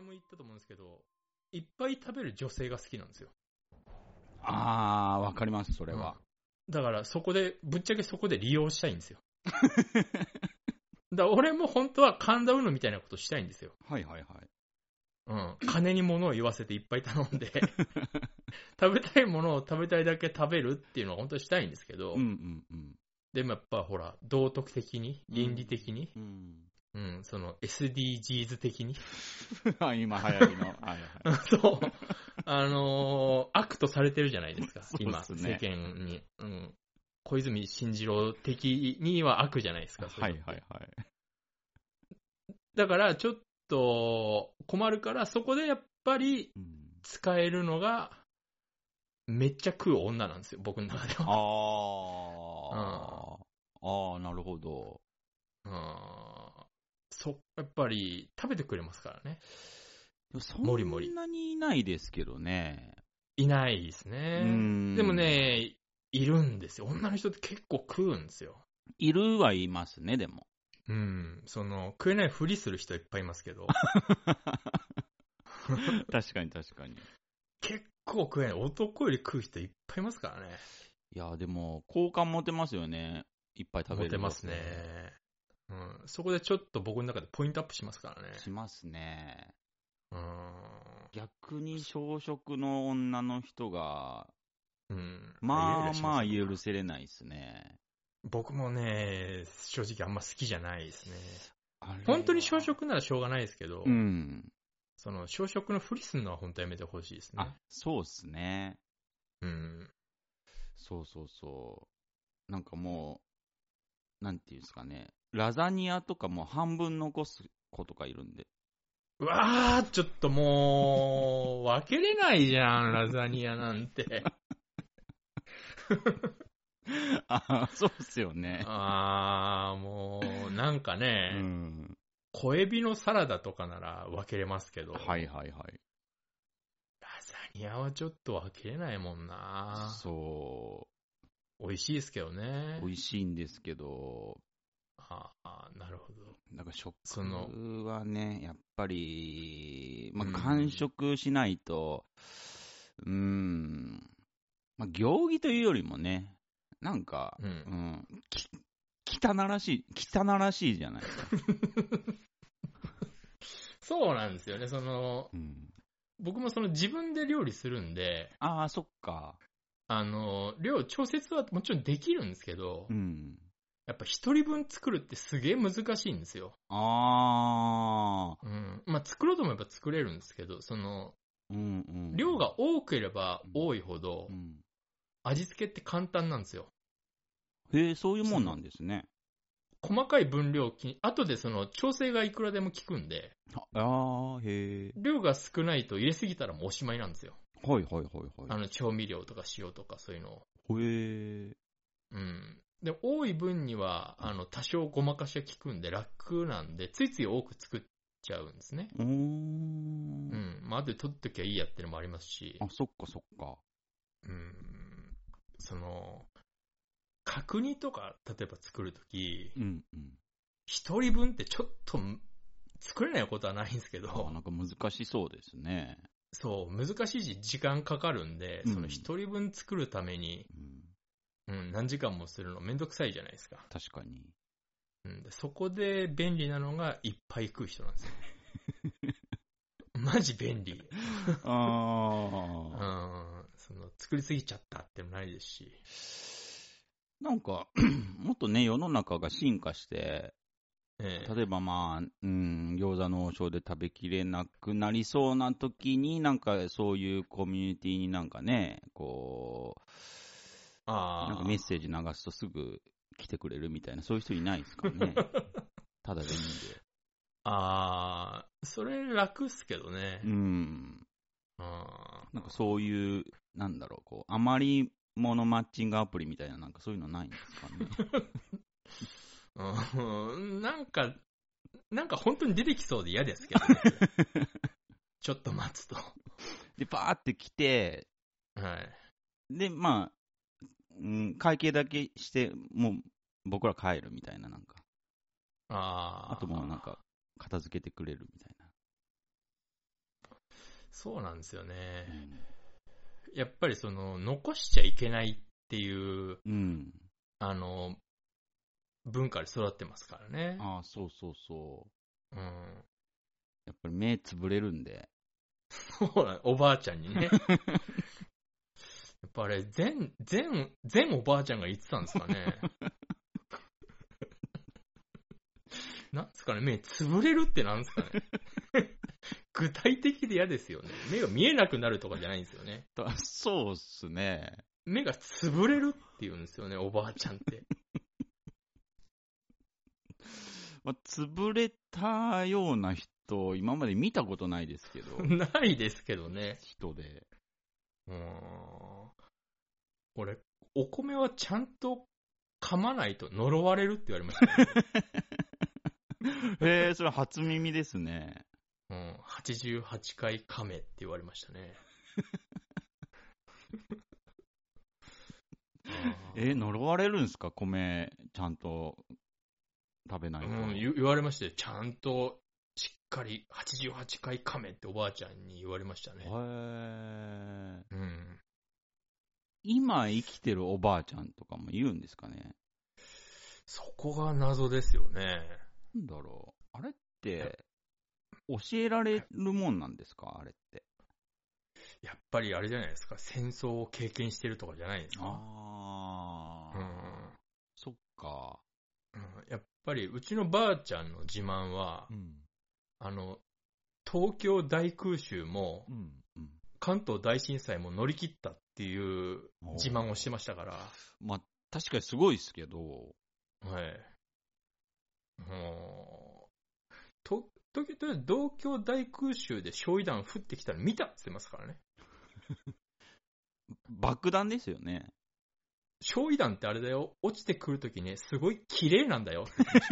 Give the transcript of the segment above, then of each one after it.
も言ったと思うんですけど、いっぱい食べる女性が好きなんですよ。 わかります、それは。 だからぶっちゃけそこで利用したいんですよ。だから俺も本当は神田うのみたいなことしたいんですよ。 はいはいはい。 金に物を言わせていっぱい頼んで、食べたいものを食べたいだけ食べるっていうのは本当にしたいんですけど、でもやっぱほら、道徳的に、倫理的に、その SDGs 的に。 今流行りの。はいはい、 そう。悪とされてるじゃないですか、今、世ね、 間に。小泉進次郎的には悪じゃないですか。 はいはいはい。 だからちょっと困るから、そこでやっぱり使えるのが、めっちゃ食う女なんですよ、僕の中では。 なるほど。 やっぱり食べてくれますからね。 そんなにいないですけどね。 いないですね。でもね、いるんですよ。女の人って結構食うんですよ。 いるはいますね、でも。 食えないふりする人いっぱいいますけど。 確かに確かに。 結構食えない。男より食う人いっぱいいますからね。 いや、でも、好感持てますよね。いっぱい食べる。 持てますね。そこでちょっと僕の中でポイントアップしますからね。 しますね。逆に小食の女の人が、まあまあ許せれないですね。 僕もね、正直あんま好きじゃないですね。本当に小食ならしょうがないですけど、その小食のふりするのは本当やめてほしいですね。 そうっすね。そうそうそう。なんかもう、なんていうんですかね。ラザニアとかも半分残す子とかいるんで。 うわー、ちょっともう、分けれないじゃん、ラザニアなんて。 そうっすよね。 もう、なんかね、小エビのサラダとかなら分けれますけど。 はいはいはい。 ラザニアはちょっと分けれないもんな。 そう。 美味しいですけどね。 美味しいんですけど。 なるほど。 なんか食はね、やっぱり、完食しないと、行儀というよりもね、なんか、汚らしいじゃないですか。 そうなんですよね。僕も自分で料理するんで、 そっか。 調節はもちろんできるんですけど、やっぱ一人分作るってすげえ難しいんですよ。作ろうと思えば作れるんですけど、量が多ければ多いほど、味付けって簡単なんですよ。 そういうもんなんですね。 細かい分量、後で調整がいくらでも効くんで、量が少ないと入れすぎたらもうおしまいなんですよ。 はいはいはいはい。 調味料とか塩とかそういうのを。で、多い分には、多少ごまかしが効くんで楽なんで、ついつい多く作っちゃうんですね。後で取っときゃいいやってのもありますし。 そっかそっか。 角煮とか、例えば作るとき、一人分ってちょっと作れないことはないんですけど。 なんか難しそうですね。 そう、難しいし時間かかるんで、一人分作るために、何時間もするのめんどくさいじゃないですか。 確かに。 そこで便利なのがいっぱい食う人なんですよ。マジ便利。作りすぎちゃったってのもないですし。 なんか、もっとね、世の中が進化して、例えば餃子の王将で食べきれなくなりそうな時に、なんかそういうコミュニティになんかね、なんかメッセージ流すとすぐ来てくれるみたいな、そういう人いないですかね。ただでいいんで。 それ楽っすけどね。 なんかそういう、なんだろう、余り物マッチングアプリみたいな、なんかそういうのないんですかね。 なんか本当に出てきそうで嫌ですけどね。ちょっと待つと。 で、バーって来て、で、会計だけして、もう僕ら帰るみたいな、なんか。あともうなんか、片付けてくれるみたいな。 そうなんですよね。やっぱり残しちゃいけないっていう、文化で育ってますからね。 ああ、そうそうそう。やっぱり目つぶれるんで。 そうなん、おばあちゃんにね。やっぱあれ、全おばあちゃんが言ってたんですかね。なんですかね、目つぶれるってなんですかね。具体的で嫌ですよね。目が見えなくなるとかじゃないんですよね。 そうっすね。 目がつぶれるって言うんですよね、おばあちゃんって。 潰れたような人、今まで見たことないですけど。 ないですけどね。 人で。 俺、お米はちゃんと噛まないと呪われるって言われましたね。 それ初耳ですね。 88回噛めって言われましたね。 呪われるんすか、米、ちゃんと食べないと。 言われましたよ。ちゃんと、しっかり88回噛めっておばあちゃんに言われましたね。 今生きてるおばあちゃんとかもいるんですかね。 そこが謎ですよね。 なんだろう。あれって、教えられるもんなんですか、あれって。 やっぱりあれじゃないですか。戦争を経験してるとかじゃないですか。 そっか。 やっぱりうちのばあちゃんの自慢は、東京大空襲も、関東大震災も乗り切ったっていう自慢をしてましたから。 まあ、確かにすごいですけど。 はい。東京大空襲で焼夷弾降ってきたの見たって言ってますからね。 爆弾ですよね。 焼夷弾ってあれだよ。落ちてくるときね、すごい綺麗なんだよ。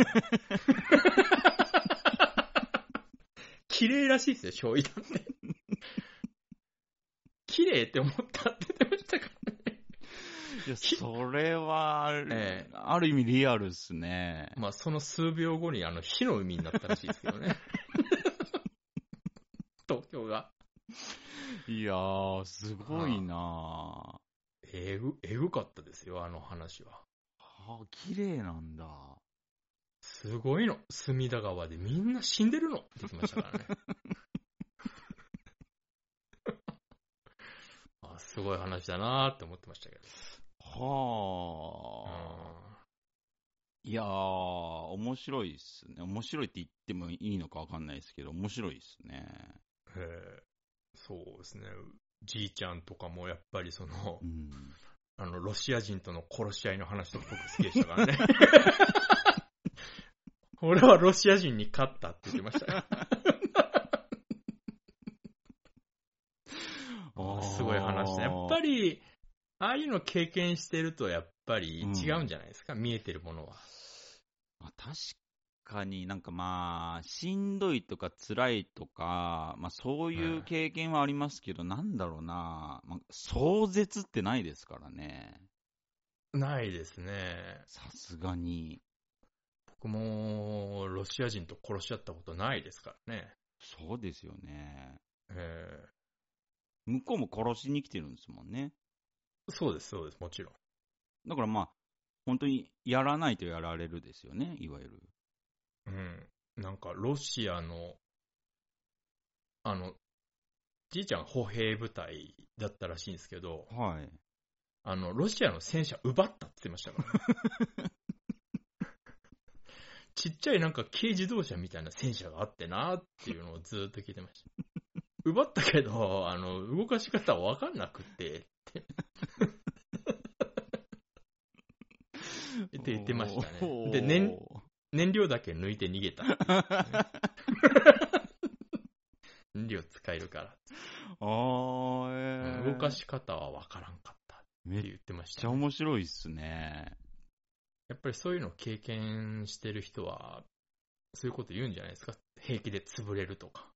綺麗らしいですよ、焼夷弾って。綺麗って思ったって言ってましたからね。 いや、それは、ある意味リアルっすね。 まあ、その数秒後に火の海になったらしいですけどね。東京が。 いやー、すごいなえぐかったですよ、あの話は。 綺麗なんだ。 すごいの。隅田川でみんな死んでるのって言ってましたからね。すごい話だなーって思ってましたけど。 いやー、面白いっすね。面白いって言ってもいいのかわかんないですけど、面白いっすね。 そうですね。じいちゃんとかもやっぱりロシア人との殺し合いの話とか僕好きでしたからね。俺はロシア人に勝ったって言ってました。すごい話だ。やっぱり、ああいうの経験してるとやっぱり違うんじゃないですか、見えてるものは。 確かになんかしんどいとか辛いとか、そういう経験はありますけど、なんだろうな、壮絶ってないですからね。 ないですね。 さすがに。 僕もロシア人と殺し合ったことないですからね。 そうですよね。向こうも殺しに来てるんですもんね。 そうです、そうです、もちろん。 だから本当にやらないとやられるですよね、いわゆる。 なんかロシアの、じいちゃん歩兵部隊だったらしいんですけど、ロシアの戦車奪ったって言ってましたからね。ちっちゃいなんか軽自動車みたいな戦車があってなっていうのをずっと聞いてました。奪ったけど、動かし方わかんなくってって言ってましたね。で、燃料だけ抜いて逃げた。燃料使えるから。動かし方はわからんかったって言ってました、 ね。めっちゃ面白いっすね。 やっぱりそういうのを経験してる人は、そういうこと言うんじゃないですか。平気で潰れるとか。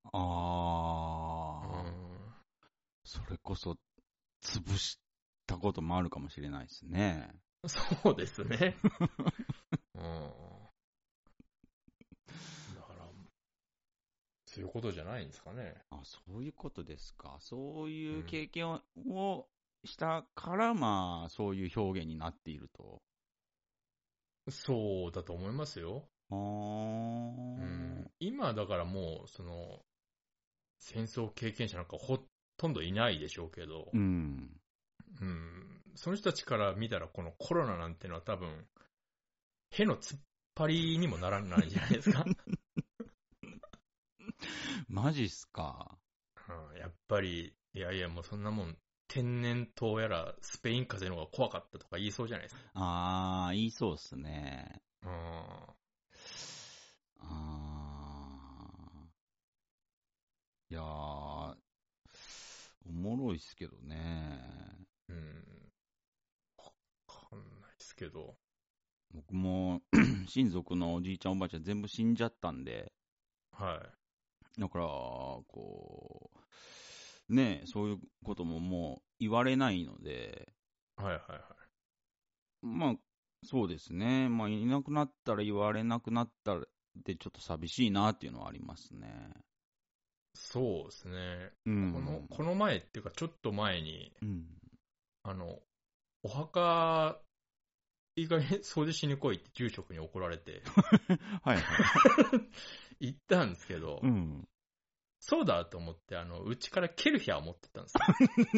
それこそ、潰したこともあるかもしれないですね。 そうですね。だから、 そういうことじゃないんですかね。 あ、そういうことですか。そういう経験をしたから、まあ、そういう表現になっていると。 そうだと思いますよ。今だからもう、戦争経験者なんかほとんどいないでしょうけど、その人たちから見たらこのコロナなんてのは多分、への突っ張りにもならないんじゃないですか。 マジっすか。 やっぱり、いやいやもうそんなもん、天然痘やらスペイン風邪の方が怖かったとか言いそうじゃないですか。 ああ、言いそうっすね。いやー、おもろいっすけどね。 わかんないっすけど。 僕も親族のおじいちゃんおばあちゃん全部死んじゃったんで、 はい。 だから、こう、ね、そういうことももう言われないので、 はいはいはい。 まあ、そうですね。まあ、いなくなったら言われなくなったらでちょっと寂しいなっていうのはありますね。 そうですね。 うんこの前っていうかちょっと前に、 うん、 お墓、いい加減掃除しに来いって住職に怒られて、 はいはい。 行ったんですけど、 うん。 そうだと思って、うちからケルヒャーを持ってったんですよ。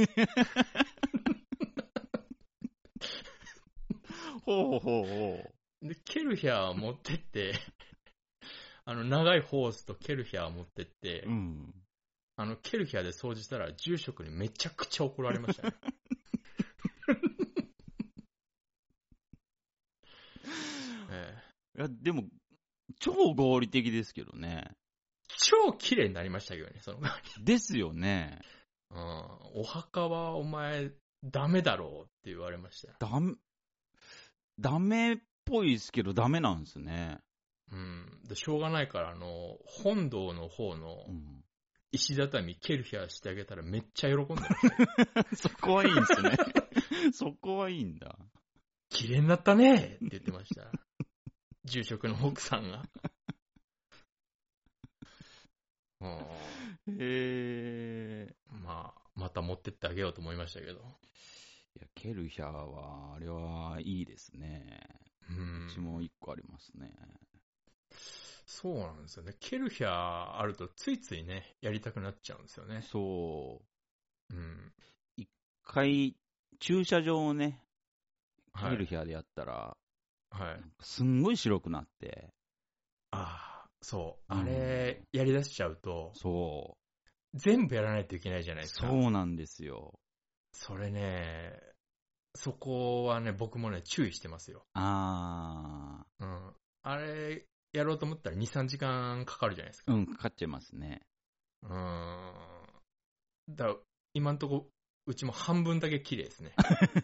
ほうほうほで、ケルヒャーを持ってって、長いホースとケルヒャーを持ってって、 う。うん。 ケルヒャーで掃除したら住職にめちゃくちゃ怒られましたね。 いや、でも、超合理的ですけどね。 超綺麗になりましたけどね、その代わり。 ですよね。 お墓はお前ダメだろうって言われましたよ。 ダメっぽいですけど、ダメなんですね。 でしょうがないから、本堂の方の石畳ケルヒャーしてあげたらめっちゃ喜んでましたよ。 そこはいいんですね。そこはいいんだ。 綺麗になったねって言ってました。住職の奥さんが。また持ってってあげようと思いましたけど。 いや、ケルヒャーは、あれはいいですね。うちも一個ありますね。 そうなんですよね。ケルヒャーあるとついついね、やりたくなっちゃうんですよね。 そう。一回、駐車場をね、ケルヒャーでやったら、すんごい白くなって。 そう。あれ、やり出しちゃうと、 そう。 全部やらないといけないじゃないですか。 そうなんですよ。 それね、そこはね、僕もね、注意してますよ。あれ、やろうと思ったら2、3時間かかるじゃないですか。 かかっちゃいますね。 今んとこ、うちも半分だけ綺麗ですね。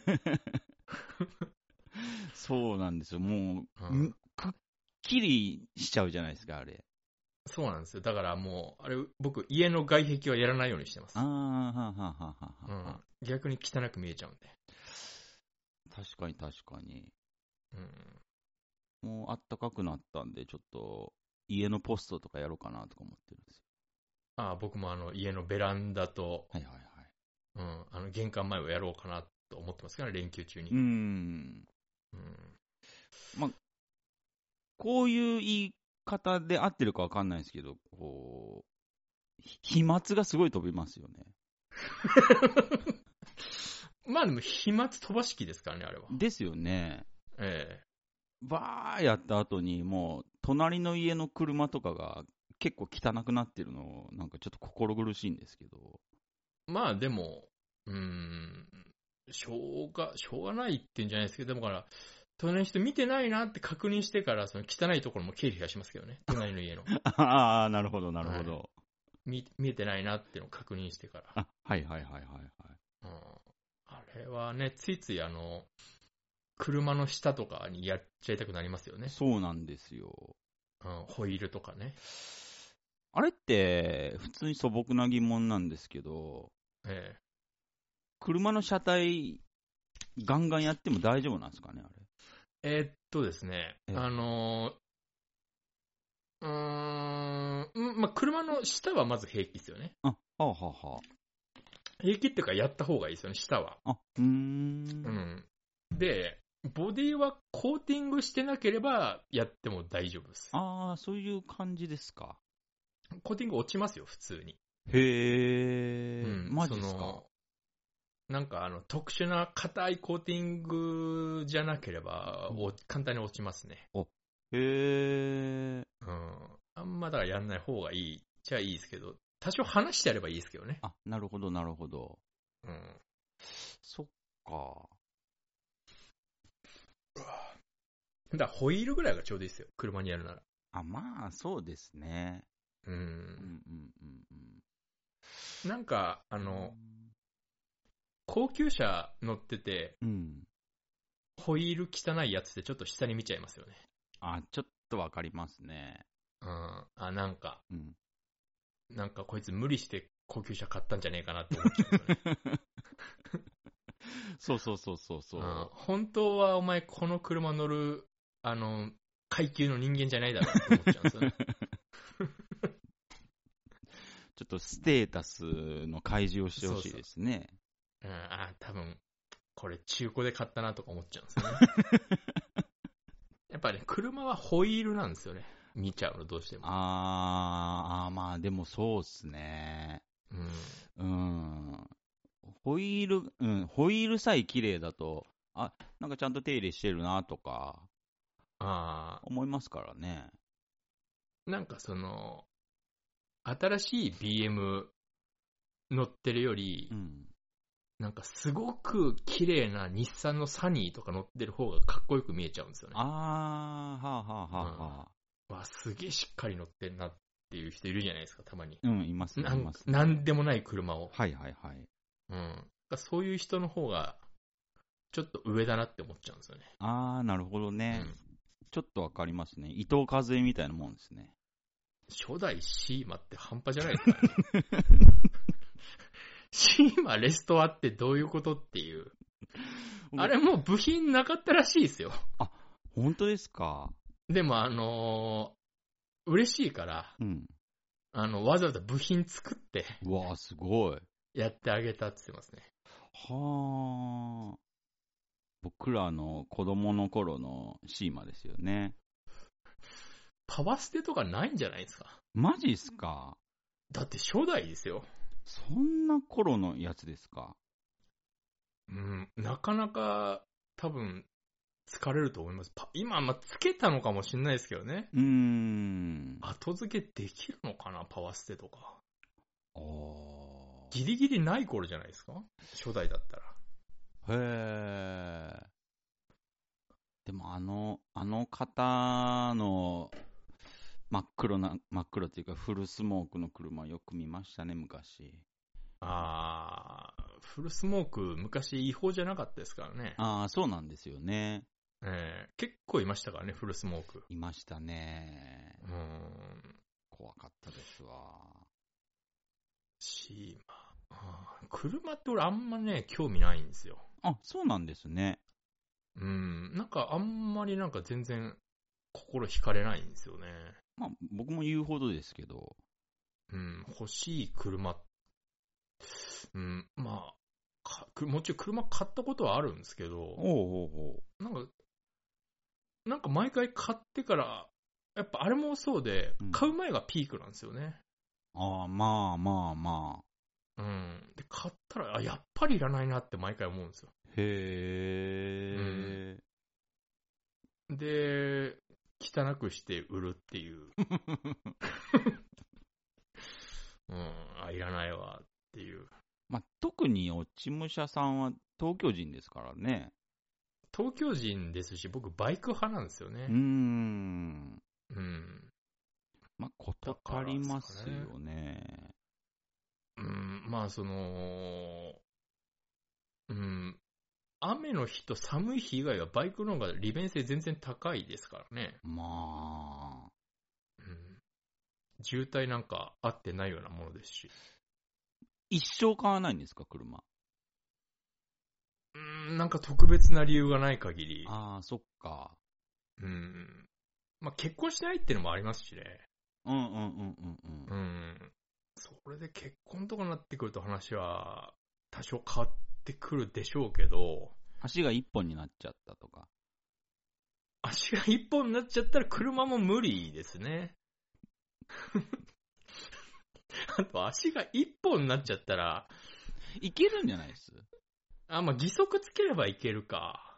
そうなんですよ。もう、くっきりしちゃうじゃないですか、あれ。 そうなんですよ。だからもう、あれ、僕、家の外壁はやらないようにしてます。逆に汚く見えちゃうんで。 確かに確かに。もう、あったかくなったんで、ちょっと、家のポストとかやろうかなとか思ってるんですよ。 僕も家のベランダと、玄関前をやろうかなと思ってますから、連休中に。 まあ、こういう言い方で合ってるかわかんないですけど、こう、飛沫がすごい飛びますよね。 まあでも飛沫飛ばし機ですからね、あれは。 ですよね。バーやった後に、もう、隣の家の車とかが結構汚くなってるの、なんかちょっと心苦しいんですけど。 まあでも、しょうがないって言うんじゃないですけど、でもから隣の人見てないなって確認してから、その汚いところも経理がしますけどね、隣の家の。 ああ、なるほど、なるほど。 見えてないなっていうのを確認してから。 はいはいはいはい、 あれはね、ついつい車の下とかにやっちゃいたくなりますよね。 そうなんですよ。 ホイールとかね。 あれって、普通に素朴な疑問なんですけど、車の車体、ガンガンやっても大丈夫なんですかね、あれ。 ですね、 まあ、車の下はまず平気ですよね。 はあはあはあ。 平気っていうかやった方がいいですよね、下は。で、ボディはコーティングしてなければやっても大丈夫です。 ああ、そういう感じですか。 コーティング落ちますよ、普通に。 へえ、マジですか。 なんか特殊な硬いコーティングじゃなければ、簡単に落ちますね。 へえ。 あんまだからやんない方がいいっちゃいいですけど、多少話してやればいいですけどね。 あ、なるほど、なるほど。そっか。 だからホイールぐらいがちょうどいいですよ、車にやるなら。 あ、まあ、そうですね。 なんか、高級車乗ってて、ホイール汚いやつってちょっと下に見ちゃいますよね。 あ、ちょっとわかりますね。 なんか、なんかこいつ無理して高級車買ったんじゃねえかなって思っちゃうよね。 そう。 本当はお前この車乗る、階級の人間じゃないだろうって思っちゃうんですよね。 ちょっとステータスの開示をしてほしいですね。 多分、これ中古で買ったなとか思っちゃうんですよね。やっぱね、車はホイールなんですよね。見ちゃうの、どうしても。 まあでもそうっすね。ホイールさえ綺麗だと、なんかちゃんと手入れしてるなとか、思いますからね。 なんか新しい BM 乗ってるより、なんかすごく綺麗な日産のサニーとか乗ってる方がかっこよく見えちゃうんですよね。すげえしっかり乗ってんなっていう人いるじゃないですか、たまに。 いますね。 なんでもない車を。 はい。 そういう人の方が、ちょっと上だなって思っちゃうんですよね。 なるほどね。ちょっとわかりますね。伊藤和恵みたいなもんですね。 初代シーマって半端じゃないですかね。シーマレストアってどういうことっていう。あれもう部品なかったらしいですよ。 あ、本当ですか。 でも嬉しいから、わざわざ部品作って。 うわ、すごい。 やってあげたって言ってますね。 はあ。僕らの子供の頃のシーマですよね。 パワステとかないんじゃないですか。 マジっすか。 だって初代ですよ。 そんな頃のやつですか。 なかなか多分疲れると思います。今つけたのかもしれないですけどね。後付けできるのかな、パワステとか。ギリギリない頃じゃないですか、初代だったら。 へえ。でもあの方の真っ黒っていうかフルスモークの車よく見ましたね、昔。 フルスモーク昔違法じゃなかったですからね。 そうなんですよね。 結構いましたからね、フルスモーク。 いましたね。怖かったですわ。 シーマ。車って俺あんまね、興味ないんですよ。 そうなんですね。 なんかあんまりなんか全然心惹かれないんですよね。 僕も言うほどですけど。 欲しい車。もちろん車買ったことはあるんですけど、なんか毎回買ってから、やっぱあれもそうで、買う前がピークなんですよね。 まあ。 で、買ったら、やっぱりいらないなって毎回思うんですよ。 へー。で、汚くして売るっていう。いらないわっていう。 特に落ち武者さんは東京人ですからね。 東京人ですし、僕バイク派なんですよね。 ことありますよね。 雨の日と寒い日以外はバイクの方が利便性全然高いですからね。渋滞なんか合ってないようなものですし。 一生買わないんですか、車。 なんか特別な理由がない限り。 そっか。 結婚してないってのもありますしね。 うんうんうんうんうん。 それで結婚とかになってくると話は多少変わってくるでしょうけど、 足が一本になっちゃったとか。 足が一本になっちゃったら車も無理ですね。あと足が一本になっちゃったら、 いけるんじゃないです？ まあ、義足つければいけるか。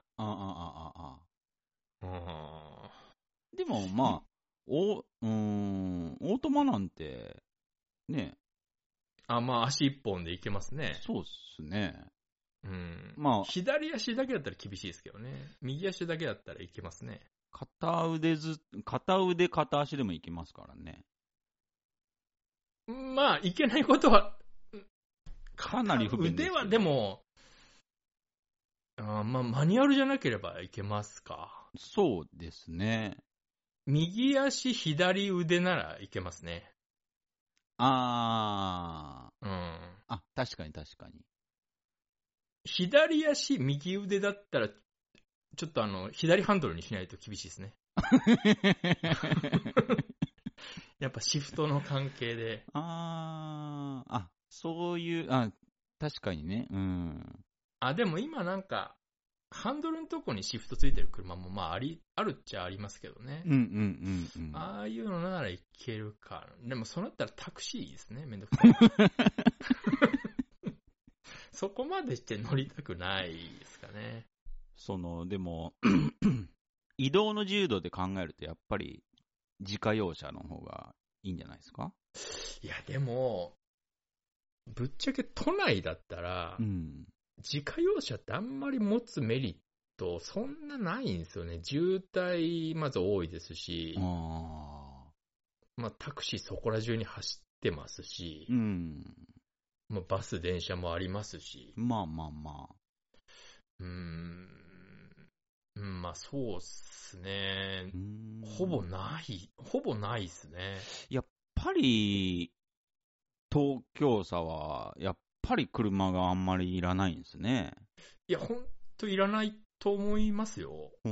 でもまあ、オートマなんて、ね。 まあ足一本でいけますね。 そうっすね。 まあ、左足だけだったら厳しいですけどね。右足だけだったらいけますね。 片腕片足でもいけますからね。 まあ、いけないことは、 かなり不便ですけど。 腕はでも、まあ、マニュアルじゃなければいけますか。 そうですね。 右足、左腕ならいけますね。 確かに確かに。 左足、右腕だったら、ちょっと左ハンドルにしないと厳しいですね。やっぱシフトの関係で。 そういう、確かにね。 でも今なんか、ハンドルのとこにシフトついてる車もまああるっちゃありますけどね。ああいうのならいけるか。でもそうなったらタクシーですね、めんどくさい。そこまでして乗りたくないですかね。 でも、移動の自由度で考えるとやっぱり自家用車の方がいいんじゃないですか？ いや、でも、ぶっちゃけ都内だったら、自家用車ってあんまり持つメリットそんなないんですよね。渋滞まず多いですし、まあタクシーそこら中に走ってますし、まあ、バス電車もありますし。 まあ。 まあそうっすね。ほぼないっすね。 やっぱり、東京さは、やっぱり車があんまりいらないんですね。 いや、ほんといらないと思いますよ。好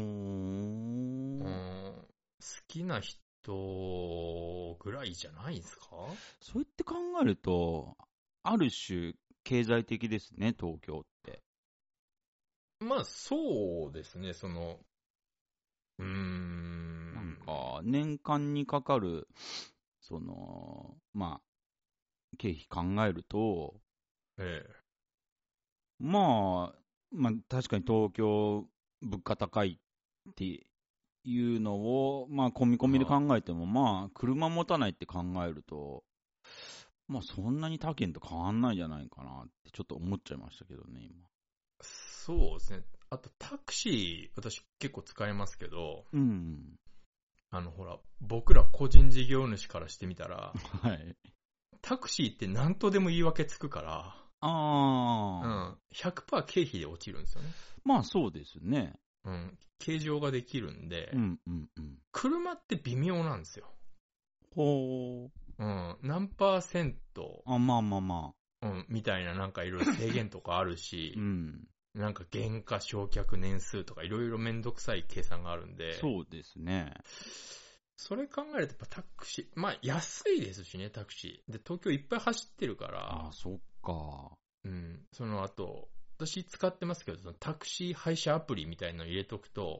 きな人ぐらいじゃないですか？ そうやって考えると、ある種、経済的ですね、東京って。 まあ、そうですね、 なんか、年間にかかる、まあ、経費考えると、まあ、確かに東京、物価高いっていうのを、まあ、込み込みで考えても、まあ、車持たないって考えると、まあ、そんなに他県と変わんないんじゃないかなってちょっと思っちゃいましたけどね、今。 そうですね。あと、タクシー、私結構使いますけど、ほら、僕ら個人事業主からしてみたら、タクシーって何とでも言い訳つくから、100% 経費で落ちるんですよね。 まあ、そうですね。 計上ができるんで、車って微妙なんですよ。何%、みたいななんかいろいろ制限とかあるし、なんか原価償却年数とかいろいろめんどくさい計算があるんで。 そうですね。 それ考えるとやっぱタクシー、まあ安いですしね、タクシー。で、東京いっぱい走ってるから。 そっか。 その後、私使ってますけど、そのタクシー配車アプリみたいなの入れとくと、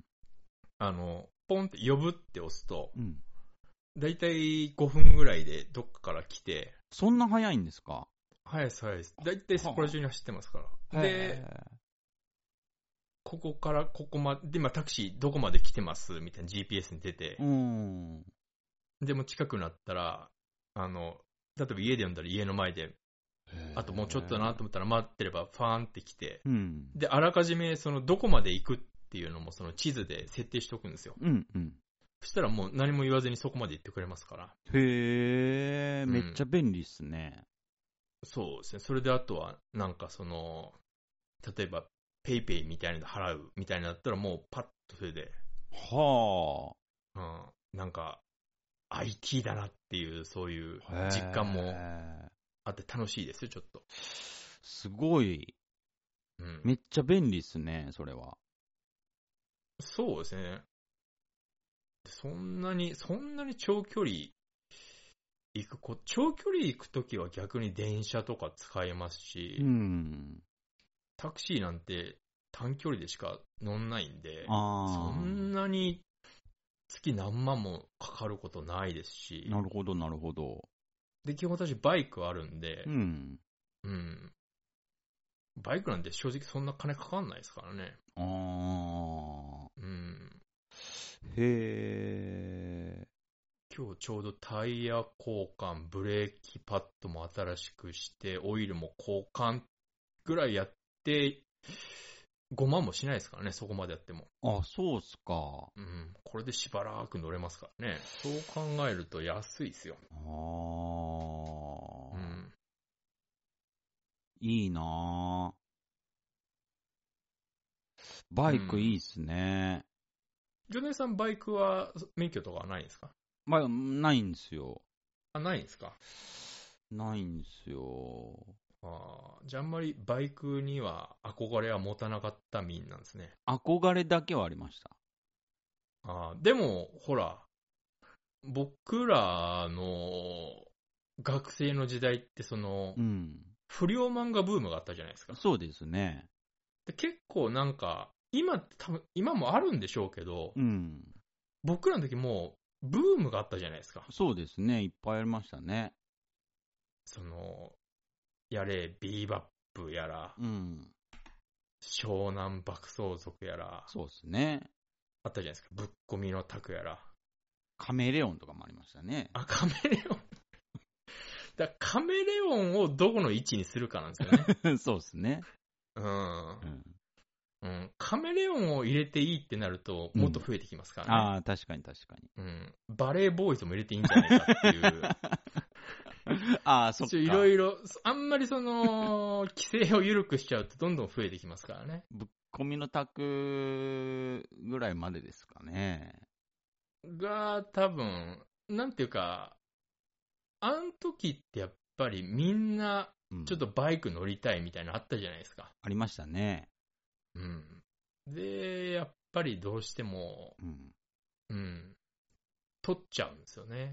ポンって呼ぶって押すと、だいたい5分ぐらいでどっかから来て。 そんな早いんですか？ 早いです。だいたいそこら中に走ってますから。で、ここからここまで、今タクシーどこまで来てますみたいな GPS に出て、でも近くなったら、例えば家で呼んだら家の前で、あともうちょっとだなと思ったら待ってればファーンって来て、で、あらかじめどこまで行くっていうのもその地図で設定しておくんですよ。そしたらもう何も言わずにそこまで行ってくれますから。 へー、めっちゃ便利っすね。 そうですね。それであとは、なんか例えば、ペイペイみたいなので払うみたいなのだったらもうパッとそれで。なんか、IT だなっていう、そういう実感もあって楽しいですよ、ちょっと。 すごい。めっちゃ便利っすね、それは。 そうですね。そんなに長距離長距離行くときは逆に電車とか使えますし、タクシーなんて短距離でしか乗んないんで、そんなに月何万もかかることないですし。 なるほど、なるほど。 で、基本私バイクあるんで、バイクなんて正直そんな金かかんないですからね。 へー。 今日ちょうどタイヤ交換、ブレーキパッドも新しくして、オイルも交換ぐらいやって、5万もしないですからね、そこまでやっても。 あ、そうっすか。 これでしばらく乗れますからね。そう考えると安いですよ。 いいなぁ。バイクいいっすね。 ジョネさん、バイクは免許とかはないんですか？ ないんですよ。 ないんですか？ ないんですよ。 じゃああんまりバイクには憧れは持たなかった民なんですね。 憧れだけはありました。 でも、ほら、僕らの学生の時代って不良漫画ブームがあったじゃないですか。 そうですね。 で結構なんか、今もあるんでしょうけど、僕らの時もうブームがあったじゃないですか。 そうですね。いっぱいありましたね。 やれ、ビーバップやら、湘南爆走族やら、 そうですね。 あったじゃないですか。ぶっこみのタクやら。 カメレオンとかもありましたね。 カメレオン。カメレオンをどこの位置にするかなんですよね。 そうですね。 カメレオンを入れていいってなると、もっと増えてきますからね。 確かに確かに。 バレーボーイズも入れていいんじゃないかっていう。 そっか。 いろいろ、あんまり規制を緩くしちゃうとどんどん増えてきますからね。 ぶっこみのタクぐらいまでですかね。 が、多分、なんていうか、あん時ってやっぱりみんな、ちょっとバイク乗りたいみたいなのあったじゃないですか。 ありましたね。 で、やっぱりどうしても、取っちゃうんですよね。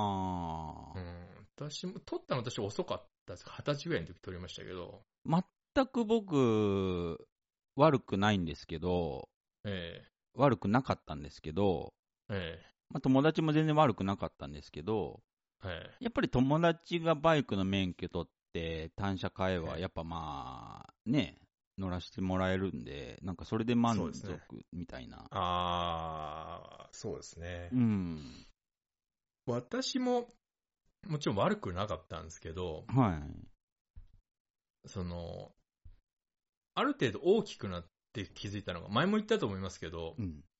私も、取ったの私遅かったです。20歳ぐらいの時取りましたけど。 全く僕、悪くないんですけど、悪くなかったんですけど、友達も全然悪くなかったんですけど、やっぱり友達がバイクの免許取って単車買えば、やっぱ乗らせてもらえるんで、なんかそれで満足みたいな。 そうですね。私も、もちろん悪くなかったんですけど、ある程度大きくなって気づいたのが、前も言ったと思いますけど、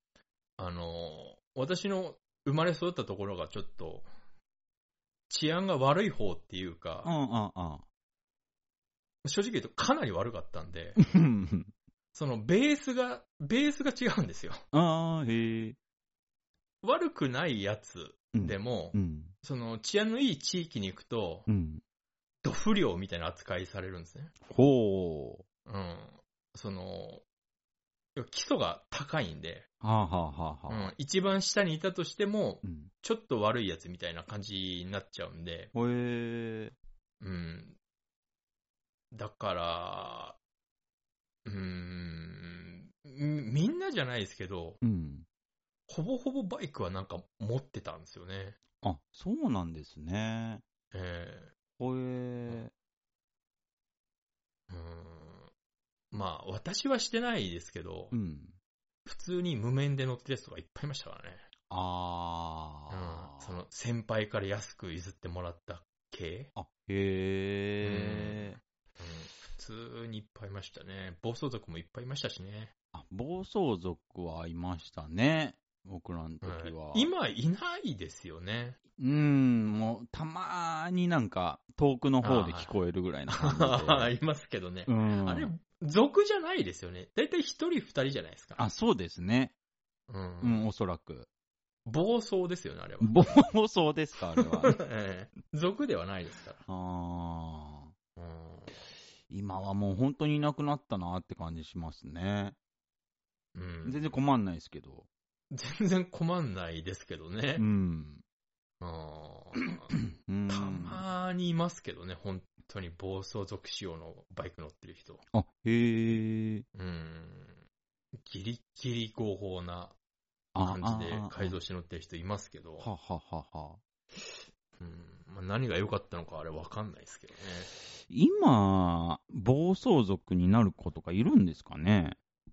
私の生まれ育ったところがちょっと、治安が悪い方っていうか、正直言うとかなり悪かったんで、ベースが違うんですよ。悪くないやつでも、治安のいい地域に行くと、ド不良みたいな扱いされるんですね。基礎が高いんで、一番下にいたとしても、ちょっと悪いやつみたいな感じになっちゃうんで、だから、みんなじゃないですけど、ほぼほぼバイクはなんか持ってたんですよね。 そうなんですね。 まあ、私はしてないですけど、普通に無免で乗ってるやつとかいっぱいいましたからね。先輩から安く譲ってもらった系。普通にいっぱいいましたね。暴走族もいっぱいいましたしね。 暴走族はいましたね。僕らの時は。 今いないですよね。 もうたまーになんか遠くの方で聞こえるぐらいな感じで。 いますけどね。あれ、族じゃないですよね。だいたい一人二人じゃないですか。 そうですね。おそらく。 暴走ですよね、あれは。 暴走ですか、あれは。 族ではないですから。 今はもう本当にいなくなったなって感じしますね。全然困んないですけど。 全然困んないですけどね。 たまにいますけどね、本当に暴走族仕様のバイク乗ってる人。 あ、へえ。 ギリギリ合法な感じで改造して乗ってる人いますけど。 はははは。 まあ、何が良かったのかあれ分かんないですけどね。 今、暴走族になる子とかいるんですかね。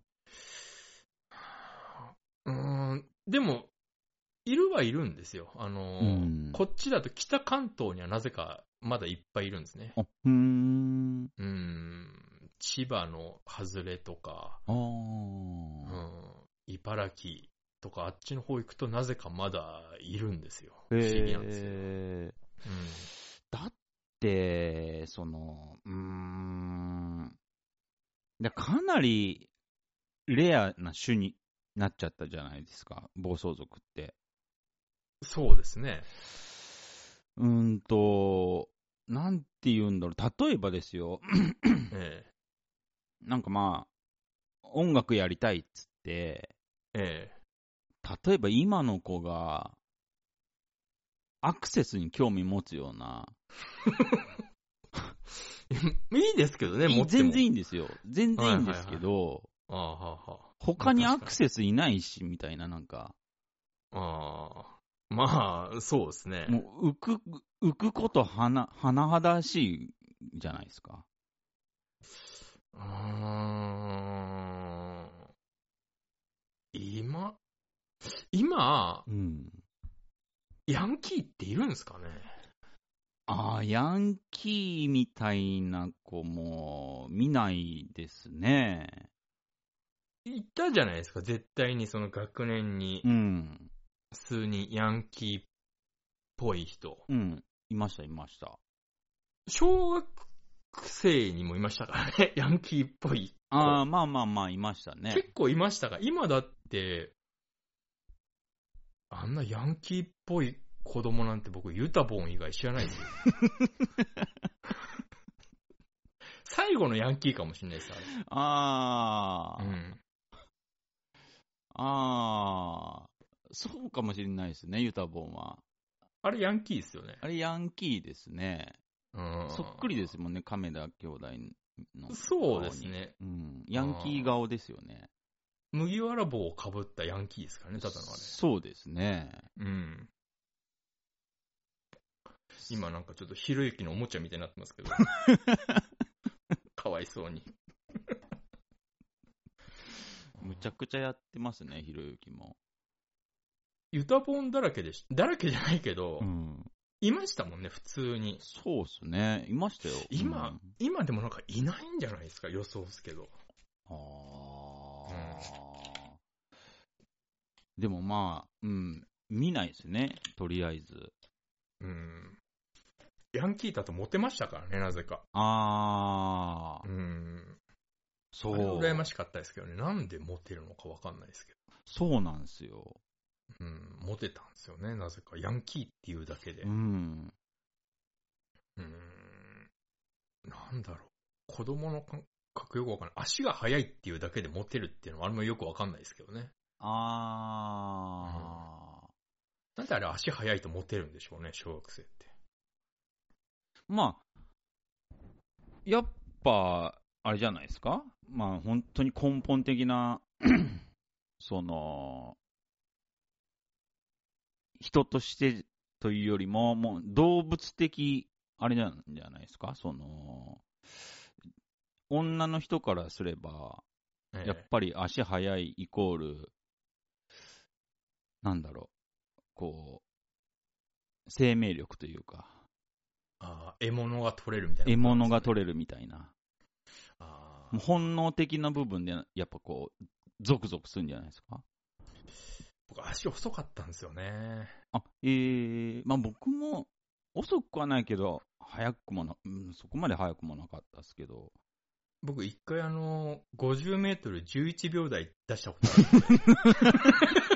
でも、いるはいるんですよ。こっちだと北関東にはなぜかまだいっぱいいるんですね。千葉の外れとか、茨城とかあっちの方行くとなぜかまだいるんですよ。不思議なんですよ。 だって、かなりレアな種になっちゃったじゃないですか、暴走族って。 そうですね。 なんて言うんだろう、例えばですよ、なんかまあ、音楽やりたいっつって、例えば今の子が、アクセスに興味持つような。 いいですけどね、持っても。 全然いいんですよ。全然いいんですけど、他にアクセスいないし、みたいな、なんか。 まあ、そうですね。 もう浮くこと甚だしいじゃないですか。 今、ヤンキーっているんですかね。 ヤンキーみたいな子も見ないですね。 いたじゃないですか、絶対にその学年に。数人ヤンキーっぽい人。 いました、いました。 小学生にもいましたからね、ヤンキーっぽい。 まあまあまあ、いましたね。 結構いましたが、今だって、あんなヤンキーっぽい子供なんて僕、ユタボン以外知らないですよ。最後のヤンキーかもしれないです、あれ。 そうかもしれないですね、ユタボンは。 あれヤンキーですよね。 あれヤンキーですね。そっくりですもんね、亀田兄弟の。 そうですね。 ヤンキー顔ですよね。 麦わら帽をかぶったヤンキーですからね、ただのあれ。 そうですね。 今なんかちょっとひろゆきのおもちゃみたいになってますけど。かわいそうに。 むちゃくちゃやってますね、ひろゆきも。 ユタボンだらけじゃないけど、いましたもんね、普通に。 そうっすね、いましたよ。 今でもなんかいないんじゃないですか、予想ですけど。 でもまあ、見ないですね、とりあえず。 ヤンキーだとモテましたからね、なぜか。そう。羨ましかったですけどね、なんでモテるのかわかんないですけど。 そうなんですよ。 モテたんですよね、なぜか。ヤンキーっていうだけで。なんだろう。子供の感覚よくわかんない。足が速いっていうだけでモテるっていうのはあれもよくわかんないですけどね。なんであれ足速いとモテるんでしょうね、小学生って。 まあ、やっぱ、あれじゃないですか。まあ、本当に根本的な、人としてというよりも、もう動物的、あれなんじゃないですか。女の人からすれば、やっぱり足速いイコール、なんだろう、こう、生命力というか。 獲物が取れるみたいな、 獲物が取れるみたいな。もう本能的な部分で、やっぱこう、ゾクゾクするんじゃないですか。 僕、足遅かったんですよね。 まあ僕も遅くはないけど、早くもそこまで早くもなかったですけど。 僕、一回50メートル11秒台出したことある。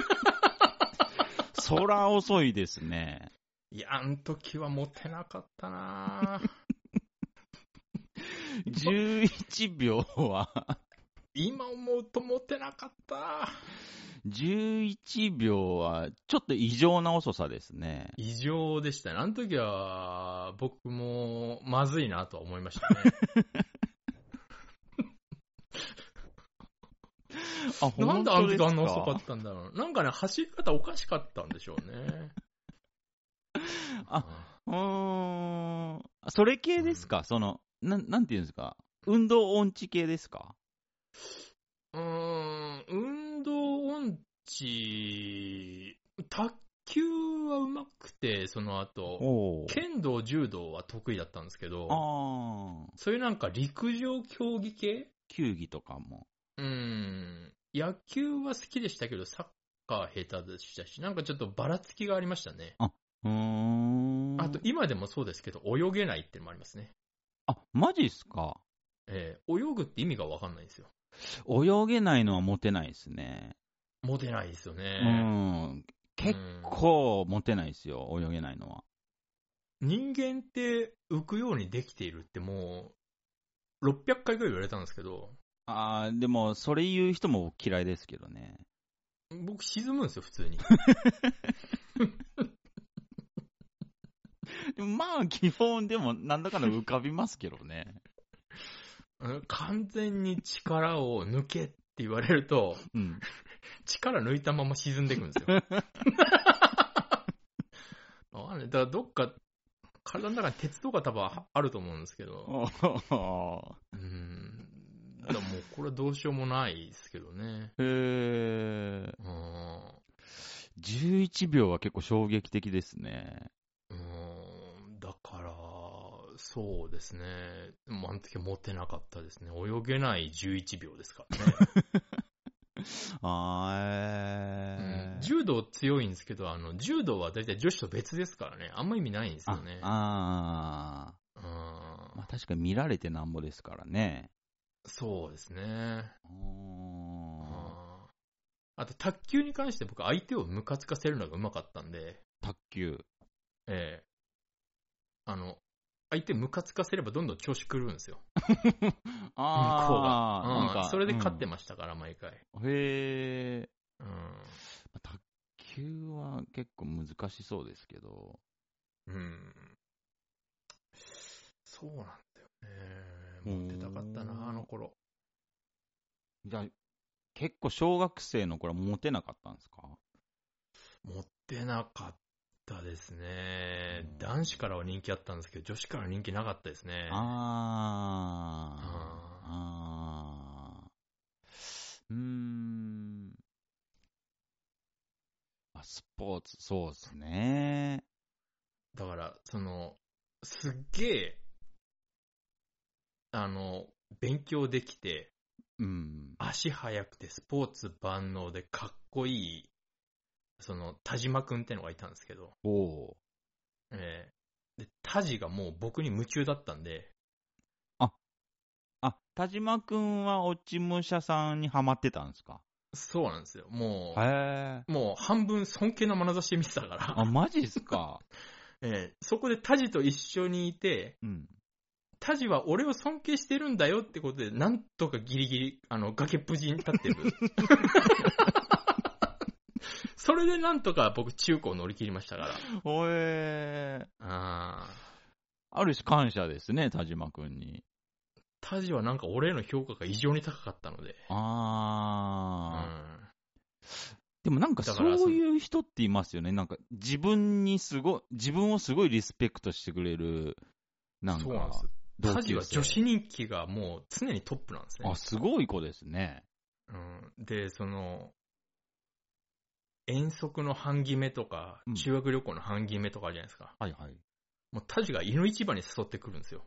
そら遅いですね。 いや、あの時はモテなかったな 11秒は今思うとモテなかった。 11秒はちょっと異常な遅さですね。 異常でしたね。あの時は僕もまずいなとは思いましたね。なんであの時あんな遅かったんだろう。なんかね、走り方おかしかったんでしょうね。 それ系ですか、なんていうんですか、運動音痴系ですか？ 運動音痴、卓球は上手くて、その後、剣道、柔道は得意だったんですけど、そういうなんか陸上競技系？ 球技とかも。 野球は好きでしたけど、サッカー下手でしたし、なんかちょっとばらつきがありましたね。あと、今でもそうですけど、泳げないっていうのもありますね。 あ、マジっすか？ 泳ぐって意味がわかんないんですよ。 泳げないのはモテないですね。 モテないですよね。 結構モテないですよ、泳げないのは。 人間って浮くようにできているってもう、600回ぐらい言われたんですけど。 でも、それ言う人も嫌いですけどね。 僕沈むんですよ、普通に。 でもまあ、基本でもなんだかんだ浮かびますけどね。 完全に力を抜けって言われると、力抜いたまま沈んでいくんですよ。だからどっか、体の中に鉄とか多分あると思うんですけど。だからもうこれはどうしようもないですけどね。 11秒は結構衝撃的ですね。 だから、そうですね。あの時はモテなかったですね。泳げない11秒ですからね。柔道強いんですけど、柔道は大体女子と別ですからね。あんま意味ないんですよね。 まあ確かに見られてなんぼですからね。 そうですね。あと、卓球に関して僕、相手をムカつかせるのが上手かったんで。 卓球？ 相手ムカつかせればどんどん調子狂うんですよ。向こうが。それで勝ってましたから、毎回。 卓球は結構難しそうですけど。 そうなんだよね。モテたかったな、あの頃。 じゃあ、結構小学生の頃はモテなかったんですか？ モテなかったですね。男子からは人気あったんですけど、女子からは人気なかったですね。 スポーツ、そうですね。 だから、すっげえ、勉強できて、足速くてスポーツ万能でかっこいい、田島くんってのがいたんですけど、で、田島がもう僕に夢中だったんで、 田島くんは落ち武者さんにハマってたんですか？ そうなんですよ。もう半分尊敬の眼差しで見てたから。 マジっすか？ そこで田島と一緒にいて、田島は俺を尊敬してるんだよってことで、なんとかギリギリ、崖っぷちに立ってる。それでなんとか僕中高乗り切りましたから。 ある種感謝ですね、田島くんに。 田島はなんか俺への評価が異常に高かったので。 でもなんかそういう人っていますよね。なんか自分をすごいリスペクトしてくれる、なんか。そうなんです。 田島は女子人気がもう常にトップなんですね。 すごい子ですね。 で、遠足の半決めとか、修学旅行の半決めとかあるじゃないですか。もう田島が犬市場に誘ってくるんですよ。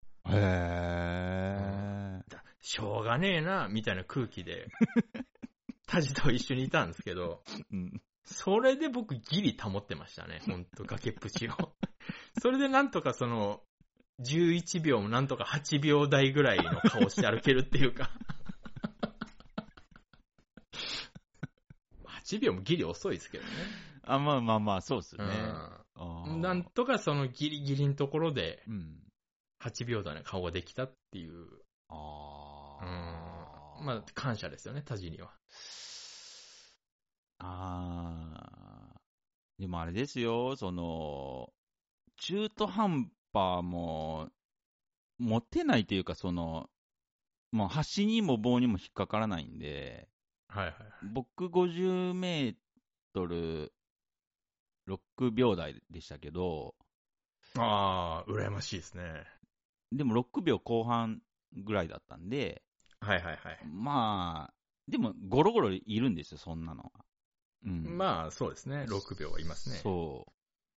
しょうがねえな、みたいな空気で、田島と一緒にいたんですけど、それで僕ギリ保ってましたね、ほんと崖っぷちを。それでなんとか11秒もなんとか8秒台ぐらいの顔して歩けるっていうか。8秒もギリ遅いですけどね。 まあ、そうっすね。 なんとかギリギリのところで、8秒台の顔ができたっていう。まあ、感謝ですよね、田島には。 でもあれですよ、中途半端も、持てないというか、もう端にも棒にも引っかからないんで、 はいはい。 僕50メートル6秒台でしたけど、 羨ましいですね。 でも6秒後半ぐらいだったんで、 はいはいはい。 まあ、でもゴロゴロいるんですよ、そんなのは。 まあ、そうですね。6秒はいますね。 そう。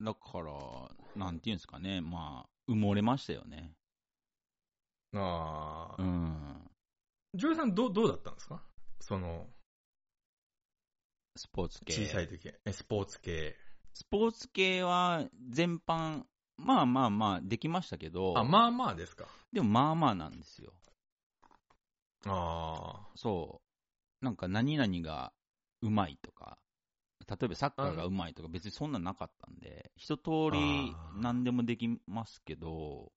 だから、なんていうんですかね、まあ、埋もれましたよね。 ジョイさんどうだったんですか？ スポーツ系。 小さい時。スポーツ系。 スポーツ系は全般、まあまあまあできましたけど。 まあまあですか。 でもまあまあなんですよ。 ああ。 そう。なんか何々がうまいとか、例えばサッカーがうまいとか別にそんななかったんで、一通り何でもできますけど、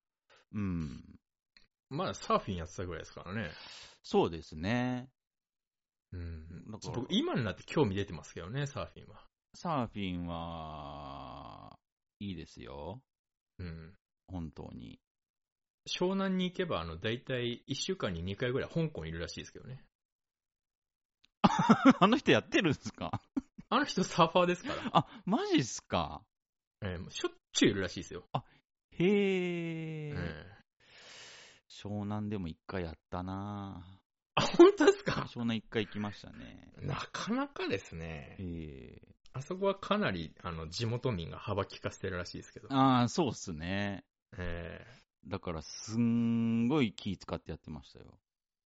まだサーフィンやってたぐらいですからね。 そうですね。 僕今になって興味出てますけどね、サーフィンは。 サーフィンはいいですよ。本当に。 湘南に行けば、だいたい1週間に2回ぐらい香港いるらしいですけどね。 あの人やってるんですか？ あの人サーファーですから。 マジっすか？ しょっちゅういるらしいですよ。 へー。湘南でも1回やったな。 本当ですか？ 湘南1回行きましたね。 なかなかですね。あそこはかなり地元民が幅利かせてるらしいですけど。 そうっすね。だからすんごい気使ってやってましたよ。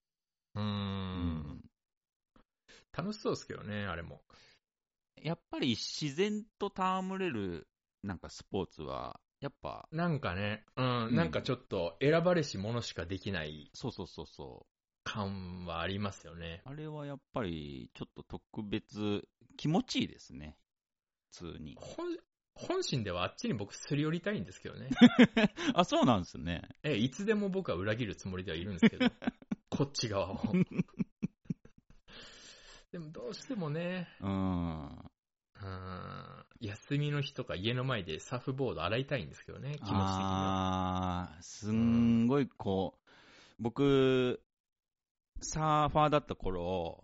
楽しそうですけどね、あれも。 やっぱり自然と戯れるなんかスポーツはやっぱなんかね、なんかちょっと選ばれし者しかできない感はありますよね。 あれはやっぱりちょっと特別気持ちいいですね、普通に。 本心ではあっちに僕すり寄りたいんですけどね。 そうなんですね。 いつでも僕は裏切るつもりではいるんですけど、こっち側を。でもどうしてもね、休みの日とか家の前でサーフボード洗いたいんですけどね、気持ち的には。 すんごい僕、サーファーだった頃、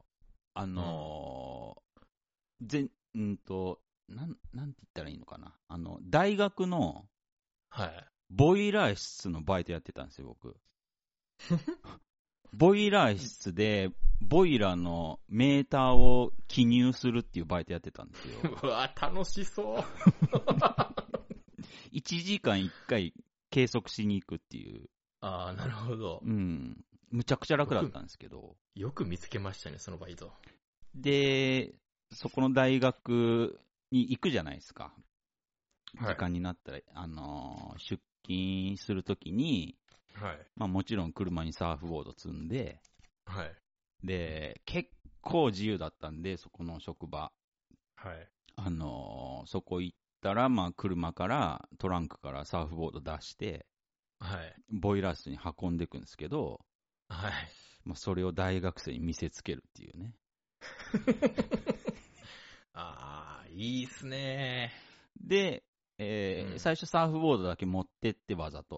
なんて言ったらいいのかな。大学の、ボイラー室のバイトやってたんですよ、僕。ボイラー室で、ボイラーのメーターを記入するっていうバイトやってたんですよ。 うわ、楽しそう。 1時間1回計測しに行くっていう。 なるほど。 むちゃくちゃ楽だったんですけど。 よく見つけましたね、そのバイト。 で、そこの大学に行くじゃないですか。時間になったら、出勤するときに、まあもちろん車にサーフボード積んで、で、結構自由だったんで、そこの職場。そこ行ったら、まあ車から、トランクからサーフボード出して、ボイラー室に運んでいくんですけど、まあそれを大学生に見せつけるっていうね。 いいっすね。 で、最初サーフボードだけ持ってってわざと。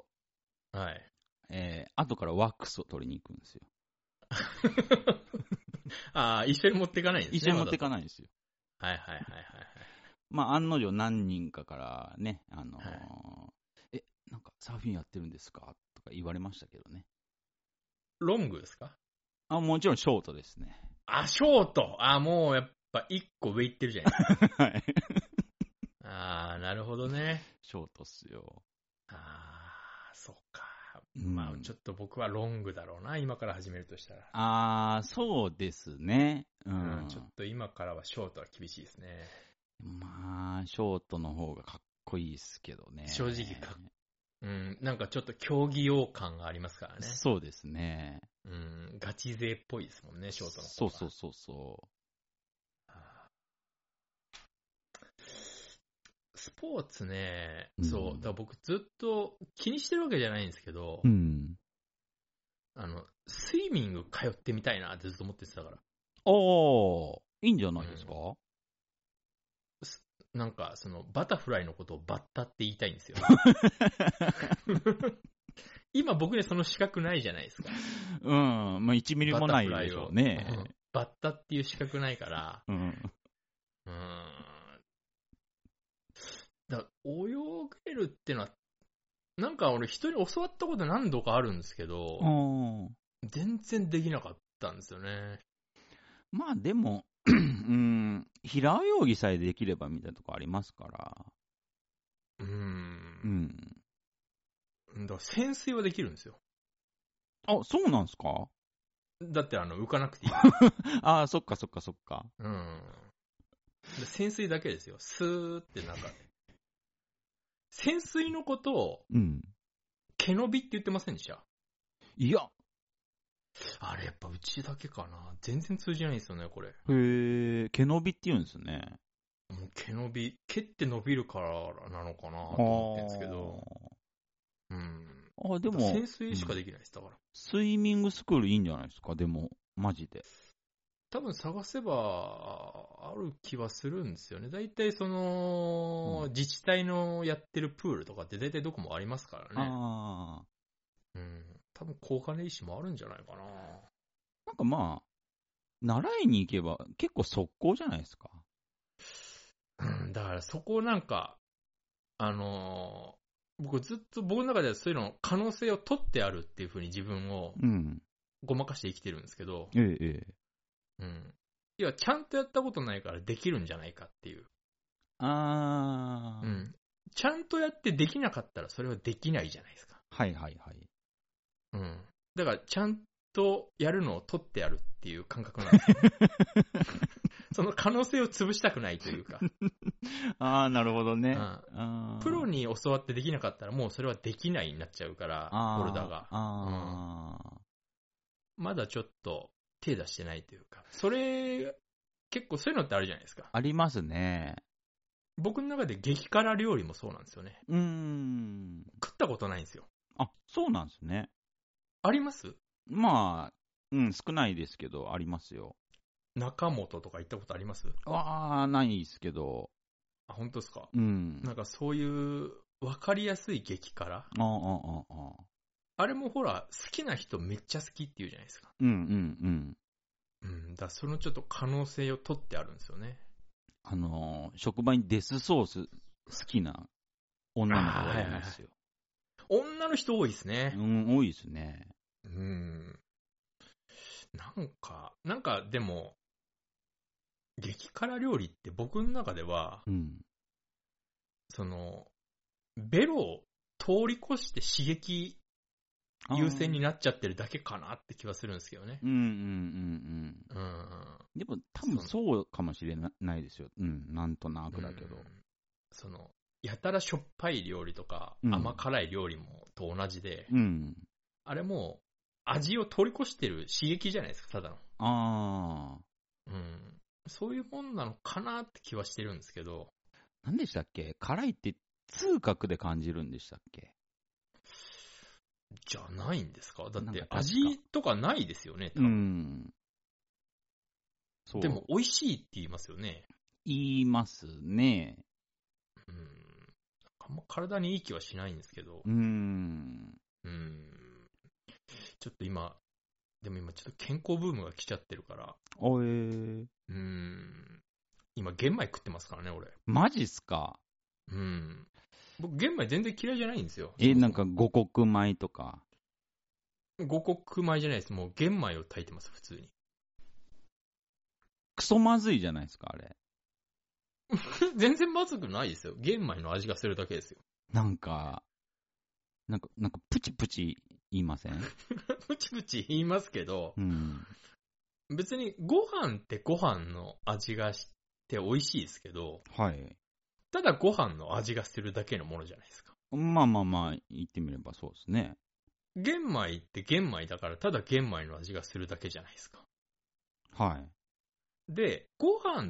後からワックスを取りに行くんですよ。 一緒に持っていかないんですね。 一緒に持っていかないんですよ。まあ、案の定何人かからね、なんかサーフィンやってるんですかとか言われましたけどね。 ロングですか？ もちろんショートですね。 ショート。もうやっぱ一個上行ってるじゃないですか。なるほどね。 ショートっすよ。 そうか。まあちょっと僕はロングだろうな、今から始めるとしたら。 そうですね。 ちょっと今からはショートは厳しいですね。 まあ、ショートの方がかっこいいですけどね。 正直なんかちょっと競技用感がありますからね。 そうですね。 ガチ勢っぽいですもんね、ショートの方が。そう。 スポーツね、そう、だから僕ずっと気にしてるわけじゃないんですけど、スイミング通ってみたいなってずっと思ってたから。 いいんじゃないですか？ なんか、その、バタフライのことをバッタって言いたいんですよ。今僕ね、その資格ないじゃないですか。 うん。まあ、1ミリもないでしょうね。 バッタっていう資格ないから、だ泳げるってのは、なんか俺人に教わったこと何度かあるんですけど、全然できなかったんですよね。 まあでも、平泳ぎさえできればみたいなとこありますから。 だから潜水はできるんですよ。 あ、そうなんですか？ だって浮かなくていい。 ああ、そっかそっかそっか。 潜水だけですよ。スーってなんか。潜水のことを、毛伸びって言ってませんでした？ いや。 あれやっぱうちだけかな。全然通じないんですよね、これ。 へえ、毛伸びって言うんですね。 もう毛伸び、毛って伸びるからなのかなと思ってるんですけど。でも、潜水しかできないです、だから。 スイミングスクールいいんじゃないですか、でも、マジで。 多分探せばある気はするんですよね。大体その、自治体のやってるプールとかって大体どこもありますからね。多分高金石もあるんじゃないかな。 なんかまあ、習いに行けば結構速攻じゃないですか。 だからそこをなんか、僕ずっと僕の中ではそういうの可能性を取ってあるっていう風に自分をごまかして生きてるんですけど、いや、ちゃんとやったことないからできるんじゃないかっていう。ちゃんとやってできなかったらそれはできないじゃないですか。 はいはいはい。 だからちゃんとやるのを取ってやるっていう感覚なんですよ。その可能性を潰したくないというか。 なるほどね。 プロに教わってできなかったらもうそれはできないになっちゃうから、ボルダーが。まだちょっと手出してないというか。それ、結構そういうのってあるじゃないですか。 ありますね。 僕の中で激辛料理もそうなんですよね。食ったことないんですよ。 あ、そうなんですね。 あります？ まあ、少ないですけど、ありますよ。 中本とか行ったことあります？ ないですけど。 あ、本当ですか？なんかそういう分かりやすい激辛？あれもほら、好きな人めっちゃ好きって言うじゃないですか。だそのちょっと可能性を取ってあるんですよね。 職場にデスソース好きな女の子がいるんですよ。 女の人多いですね。 多いですね。 なんかでも、激辛料理って僕の中では、その、ベロを通り越して刺激優先になっちゃってるだけかなって気はするんですけどね。 でも多分そうかもしれないですよ。なんとなくだけど。 その、やたらしょっぱい料理とか、甘辛い料理もと同じで、あれも味を通り越してる刺激じゃないですか、ただの。そういうもんなのかなって気はしてるんですけど。 何でしたっけ？辛いって痛覚で感じるんでしたっけ？ じゃないんですか？だって味とかないですよね、多分。でも美味しいって言いますよね。 言いますね。 あんま体にいい気はしないんですけど。ちょっと今、でも今ちょっと健康ブームが来ちゃってるから。今玄米食ってますからね、俺。 マジっすか？ 僕玄米全然嫌いじゃないんですよ。 なんか五穀米とか。 五穀米じゃないです。もう玄米を炊いてます、普通に。 クソまずいじゃないですか、あれ。 全然まずくないですよ。玄米の味がするだけですよ。 なんかプチプチ言いません？ プチプチ言いますけど、別にご飯ってご飯の味がして美味しいですけど、ただご飯の味がするだけのものじゃないですか。 まあ、言ってみればそうですね。 玄米って玄米だからただ玄米の味がするだけじゃないですか。で、ご飯って、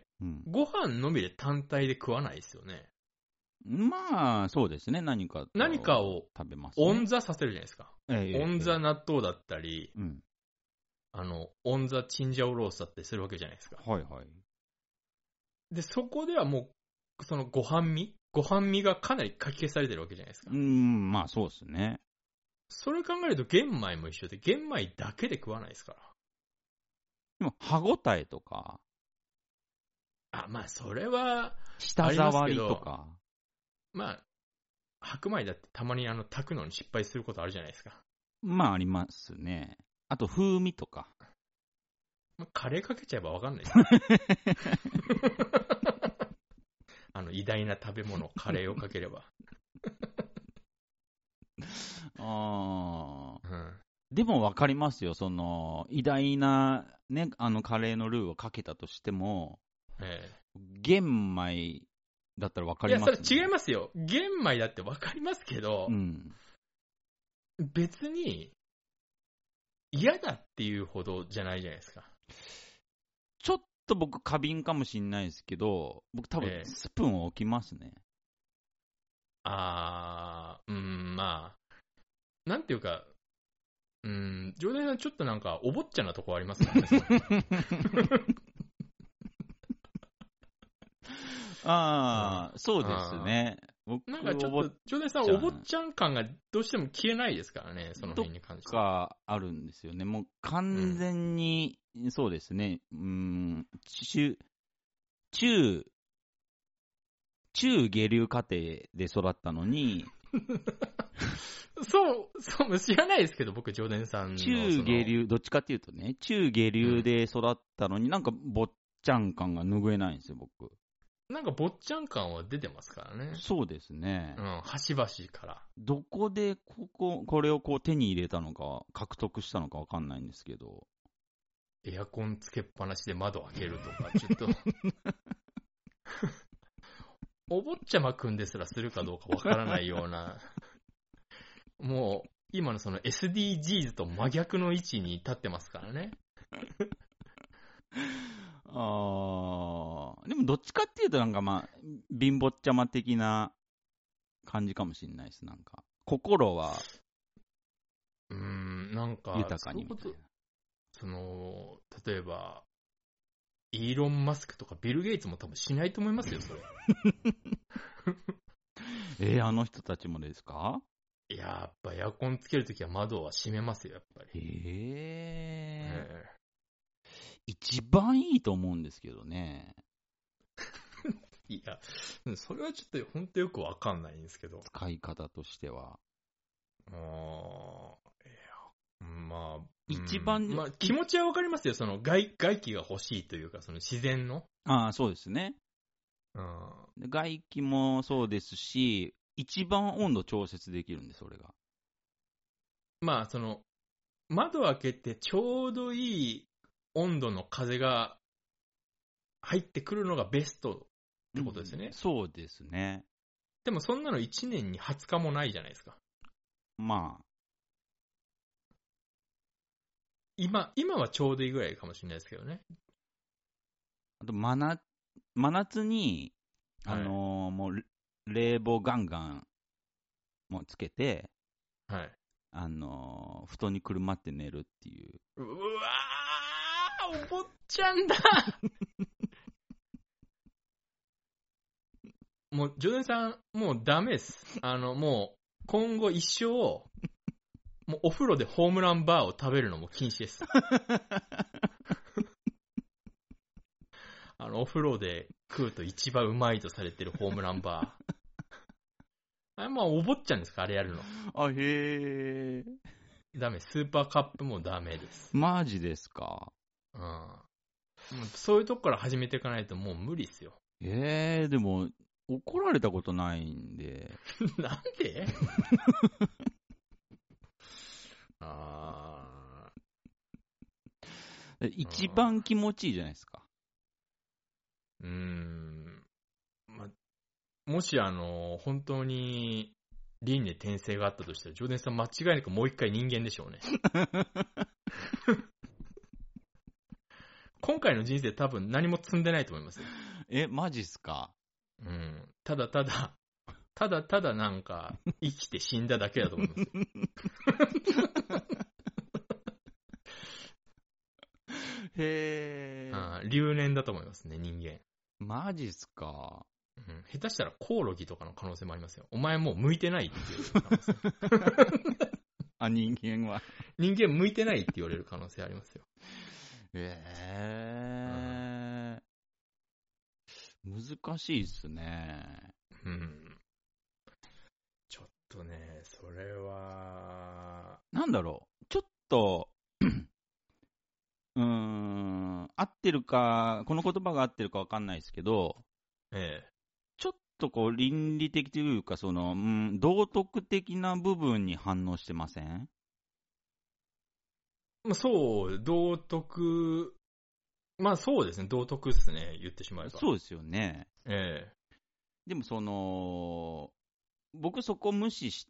ご飯のみで単体で食わないですよね。 まあ、そうですね。何かを食べます、ね。 オンザさせるじゃないですか。オンザ納豆だったり、オンザチンジャオロースだったりするわけじゃないですか。で、そこではもう、 そのご飯味がかなりかき消されてるわけじゃないですか。 まあそうですね。 それ考えると玄米も一緒で、玄米だけで食わないですから。 でも歯ごたえとか。 まあそれは、 舌触りとか。 まあ、白米だってたまに炊くのに失敗することあるじゃないですか。 まあありますね。あと風味とか。 カレーかけちゃえばわかんないです偉大な食べ物、カレーをかければ。 でもわかりますよ。その、偉大な、ね、カレーのルーをかけたとしても、玄米だったらわかりますね。 いや、それ違いますよ。玄米だってわかりますけど、別に、嫌だっていうほどじゃないじゃないですか。 ちょっと僕過敏かもしれないですけど、僕多分スプーンを置きますね。 まあ、なんていうか、冗談さんちょっとなんかお坊ちゃなとこありますからね。 そうですね。 なんかちょっと、冗談さんお坊ちゃん感がどうしても消えないですからね、その辺に関して。 とかあるんですよね。もう完全に、そうですね。中下流家庭で育ったのに、 そう、知らないですけど、僕、常連さんの。 中下流、どっちかっていうとね、中下流で育ったのに、なんか坊ちゃん感が拭えないんですよ、僕。 なんか坊ちゃん感は出てますからね。 そうですね。 端々から。 どこでこれをこう手に入れたのか、獲得したのかわかんないんですけど。 エアコンつけっぱなしで窓開けるとか、ちょっと。お坊ちゃまくんですらするかどうかわからないような。もう、今のその SDGs と真逆の位置に立ってますからね。 でもどっちかっていうとなんかまあ、貧乏ちゃま的な感じかもしれないです、なんか。心は、 なんか、 豊かにみたいな。 例えば、イーロン・マスクとかビル・ゲイツも多分しないと思いますよ、それ。あの人たちもですか？ やっぱエアコンつけるときは窓は閉めますよ、やっぱり。 一番いいと思うんですけどね。 いや、それはちょっと本当よくわかんないんですけど。 使い方としては。 まあ、 一番、 まあ、気持ちはわかりますよ。その外気が欲しいというか、その自然の。 そうですね。外気もそうですし、一番温度調節できるんです、それが。 まあ、その、窓開けてちょうどいい温度の風が入ってくるのがベストってことですね。 そうですね。 でもそんなの1年に20日もないじゃないですか。 まあ。 今はちょうどいいぐらいかもしれないですけどね。 あと真夏に、もう冷房ガンガンもうつけて、布団にくるまって寝るっていう。 うわー、お坊ちゃんだもう、ジョネさん、もうダメです。もう、今後一生、もうお風呂でホームランバーを食べるのも禁止です。お風呂で食うと一番うまいとされてるホームランバー。あれ、まあ、お坊ちゃんですか、あれやるの。 へー。 ダメ、スーパーカップもダメです。 マジですか。 そういうとこから始めていかないともう無理ですよ。 でも、怒られたことないんで。 なんで一番気持ちいいじゃないですか。 もし本当に輪廻転生があったとしたら、ジョーデンさん間違いなくもう一回人間でしょうね。今回の人生多分何も積んでないと思いますよ。 マジっすか？ ただなんか生きて死んだだけだと思いますよ。 へー。 留年だと思いますね、人間。 マジっすか？ 下手したらコオロギとかの可能性もありますよ。お前もう向いてないって言われる可能性。 あ、人間は。 人間向いてないって言われる可能性ありますよ。 難しいっすね。 ちょっとね、それは。 なんだろう。ちょっと、合ってるか、この言葉が合ってるかわかんないですけど、ちょっとこう倫理的というか、道徳的な部分に反応してません？ そう、道徳、そうですね、道徳っすね、言ってしまえば。 そうですよね。でも僕そこ無視して、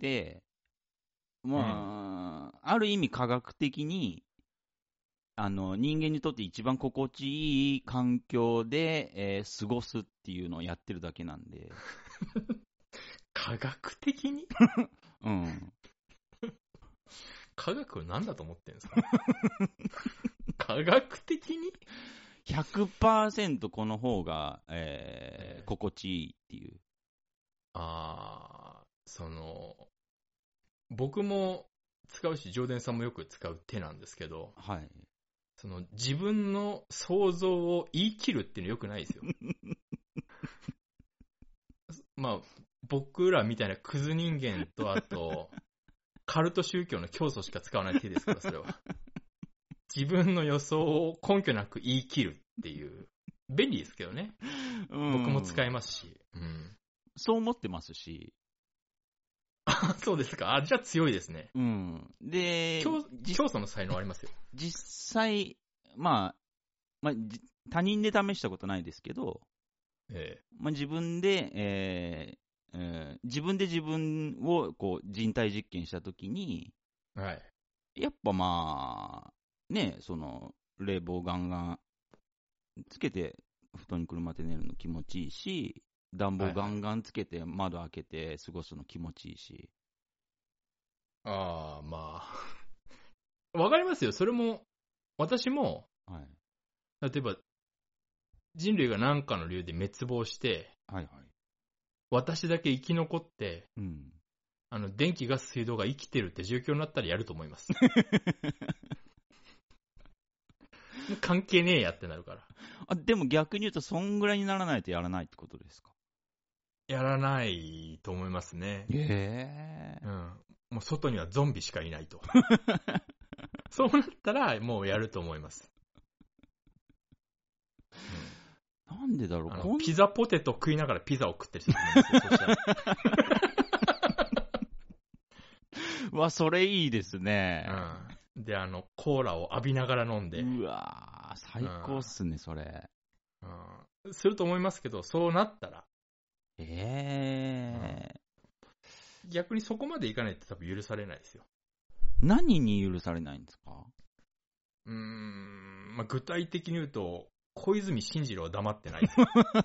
ある意味科学的に、人間にとって一番心地いい環境で、過ごすっていうのをやってるだけなんで。 科学的にうん。 科学を何だと思ってるんですか科学的に 100% この方が、心地いいっていう。 僕も使うし、ジョーデンさんもよく使う手なんですけど、 はい。 自分の想像を言い切るっていうのよくないですよ。僕らみたいなクズ人間と、あと、カルト宗教の教祖しか使わない手ですから、それは。自分の予想を根拠なく言い切るっていう。便利ですけどね。僕も使えますし。 そう思ってますし。 そうですか。じゃあ強いですね。 で、 教祖の才能ありますよ。 実際、他人で試したことないですけど、自分で、自分をこう人体実験したときに、やっぱ冷房ガンガンつけて布団にくるまって寝るの気持ちいいし、暖房ガンガンつけて窓開けて過ごすの気持ちいいし。 わかりますよ。それも、私も、例えば、人類が何かの理由で滅亡して、私だけ生き残って、電気、ガス、水道が生きてるって状況になったらやると思います。もう関係ねえやってなるから。 でも逆に言うと、そんぐらいにならないとやらないってことですか？ やらないと思いますね。もう外にはゾンビしかいないと。そうなったら、もうやると思います。 なんでだろう。 ピザポテト食いながらピザを食ってる人いますよ。そしたらそれいいですね。 で、コーラを浴びながら飲んで。 うわー、最高っすね、それ。 すると思いますけど、そうなったら。逆にそこまでいかないと多分許されないですよ。 何に許されないんですか？ 具体的に言うと、小泉進次郎は黙ってないです。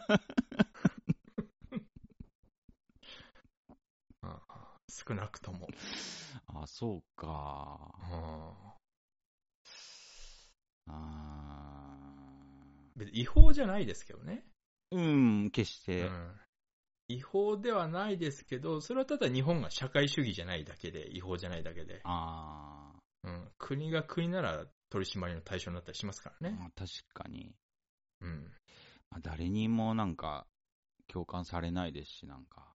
少なくとも。 そうか。 別に違法じゃないですけどね。 決して。 違法ではないですけど、それはただ日本が社会主義じゃないだけで、違法じゃないだけで。国が国なら取り締まりの対象になったりしますからね。 確かに。誰にも共感されないですし、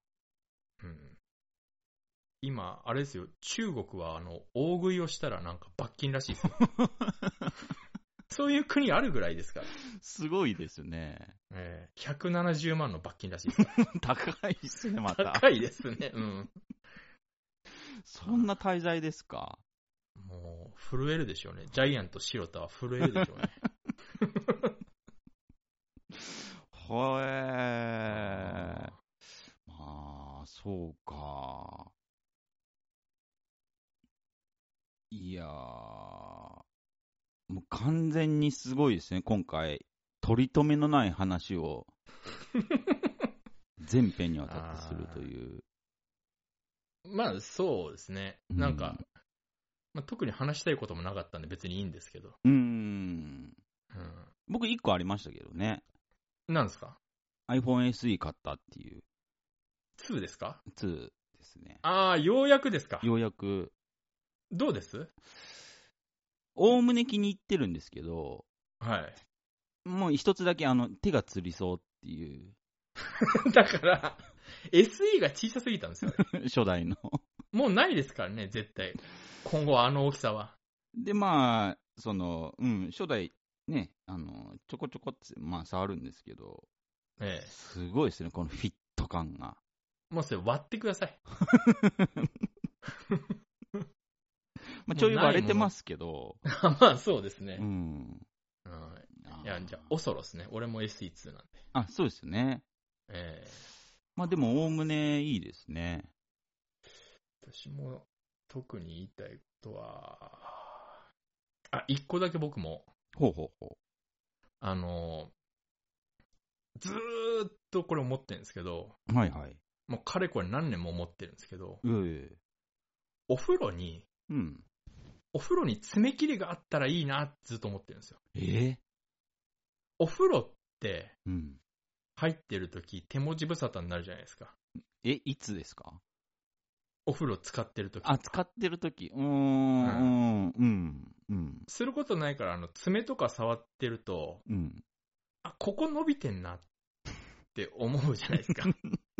今、あれですよ、中国は大食いをしたら罰金らしいですよ。そういう国あるぐらいですから。 すごいですね。 170万の罰金らしいですから。 高いですね、また。 高いですね。 そんな滞在ですか？ もう、震えるでしょうね。ジャイアント白田は震えるでしょうね。 そうか。いやー、もう完全にすごいですね、今回。取り留めのない話を全編にわたってするという。 そうですね。特に話したいこともなかったんで別にいいんですけど。 僕1個ありましたけどね。 何ですか？ iPhone SE 買ったっていう。 2ですか？ 2ですね。 ああ、ようやくですか。 ようやく。 どうです？ おおむね気に入ってるんですけど、 はい。 もう一つだけ手がつりそうっていう。 だから、SE が小さすぎたんですよ。 初代の。 もうないですからね、絶対。今後あの大きさは。 で、まあ、初代、ね、ちょこちょこって、まあ、触るんですけど、すごいですね、このフィット感が。 もうそれ割ってください。 まあ、ちょい割れてますけど。 まあ、そうですね。 うん。 いや、じゃあ、おそろですね。俺も SE2 なんで。 あ、そうですね。まあ、でも、おおむねいいですね。 私も、特に言いたいことは、一個だけ僕も、 ほうほうほう。 ずーっとこれ思ってるんですけど、 はいはい。 もうかれこれ何年も思ってるんですけど、お風呂に爪切りがあったらいいなってずっと思ってるんですよ。お風呂って、入ってるとき手文字無沙汰になるじゃないですか。 いつですか？ お風呂使ってるとき。 使ってるとき。 することないから、爪とか触ってると、ここ伸びてんなって思うじゃないですか。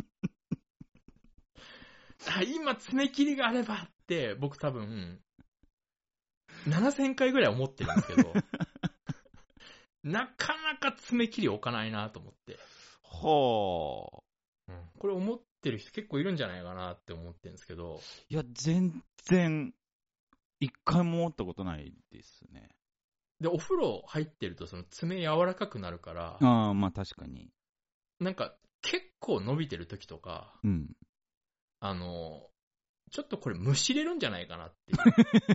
今爪切りがあればって、僕多分、7000回ぐらい思ってるんですけど、なかなか爪切り置かないなと思って。 これ思ってる人結構いるんじゃないかなって思ってるんですけど。 いや、全然、一回も思ったことないですね。 で、お風呂入ってるとその爪柔らかくなるから。 まあ確かに。 なんか、結構伸びてる時とか、ちょっとこれむしれるんじゃないかなっていう。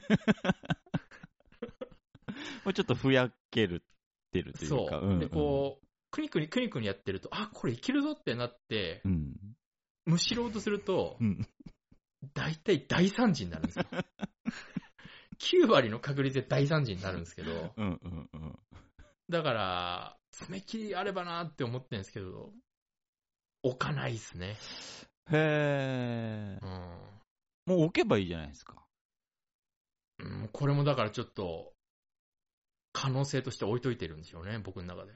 もうちょっとふやけるってるというか。 そう。で、こう、クニクニやってると、これいけるぞってなって、むしろうとすると、大体大惨事になるんですよ。9割の確率で大惨事になるんですけど、だから、爪切りあればなって思ってるんですけど、置かないですね。 もう置けばいいじゃないですか。 これもだからちょっと、可能性として置いといてるんですよね、僕の中で。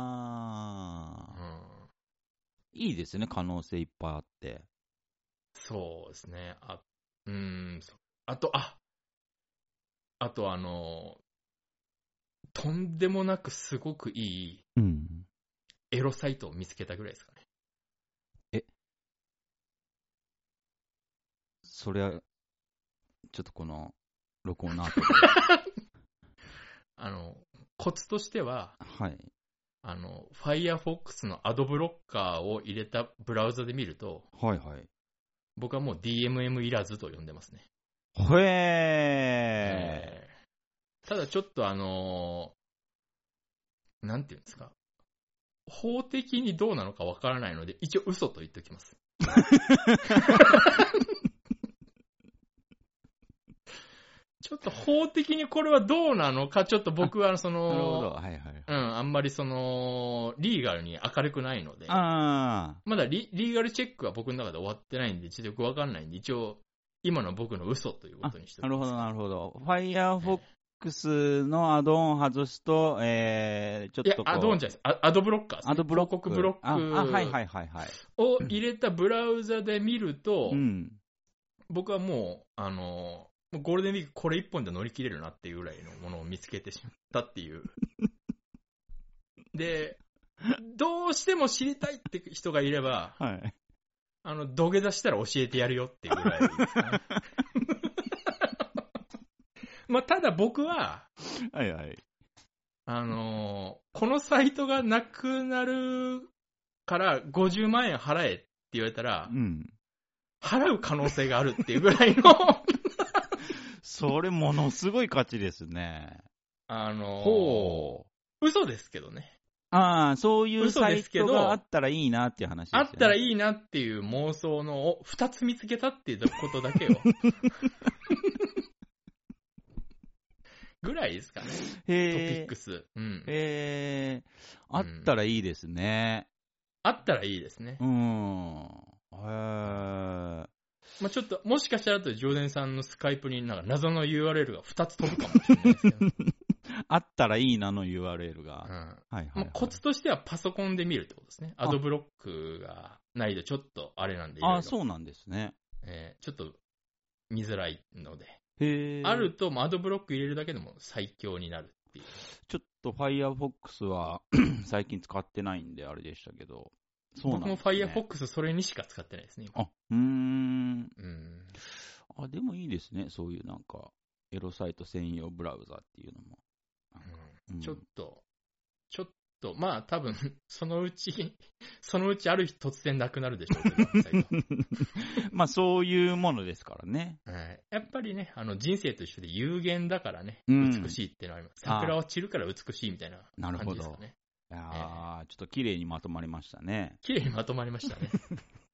いいですね、可能性いっぱいあって。 そうですね。あと、とんでもなくすごくいい、エロサイトを見つけたぐらいですかね。 それは、ちょっとこの、録音の後で。 コツとしては、Firefox のアドブロッカーを入れたブラウザで見ると、僕はもう DMM いらずと呼んでますね。ただちょっとなんていうんですか、法的にどうなのかわからないので、一応嘘と言っておきます。ちょっと法的にこれはどうなのか、ちょっと僕はあんまりリーガルに明るくないので、まだリーガルチェックは僕の中で終わってないんで、ちょっとよくわかんないんで、一応、今の僕の嘘ということにしておきます。 なるほど。Firefox のアドオン外すと、ちょっとこう。 アドオンじゃないです。アドブロッカーです、ね。広告ブロックを入れたブラウザで見ると、僕はもう、ゴールデンウィークこれ一本で乗り切れるなっていうぐらいのものを見つけてしまったっていう。で、どうしても知りたいって人がいれば、土下座したら教えてやるよっていうぐらいですかね。まあ、ただ僕は、このサイトがなくなるから50万円払えって言われたら、払う可能性があるっていうぐらいのそれものすごい価値ですね。 嘘ですけどね。 そういうサイトがあったらいいなっていう話ですよね。 あったらいいなっていう妄想のを2つ見つけたっていうことだけを。ぐらいですかね。トピックス。 あったらいいですね。 あったらいいですね。まあ、ちょっと、もしかしたらとジョーデンさんのスカイプになんか謎の URL が2つ飛ぶかもしれないですけど。 あったらいいなの URL が。 コツとしてはパソコンで見るってことですね。アドブロックがないとちょっとあれなんで。 そうなんですね。 ちょっと見づらいので。 へあると、アドブロック入れるだけでも最強になるっていう。 ちょっと Firefox は最近使ってないんであれでしたけど。 そうなんですね、僕も Firefox それにしか使ってないですね。 でもいいですね。そういうなんか、エロサイト専用ブラウザっていうのも。 ちょっと、まあ多分、そのうちある日突然なくなるでしょうけど、 まあそういうものですからね。 やっぱりね、人生と一緒で有限だからね、美しいっていうのはあります。桜は散るから美しいみたいな感じですかね。 ちょっと綺麗にまとまりましたね。 綺麗にまとまりましたね。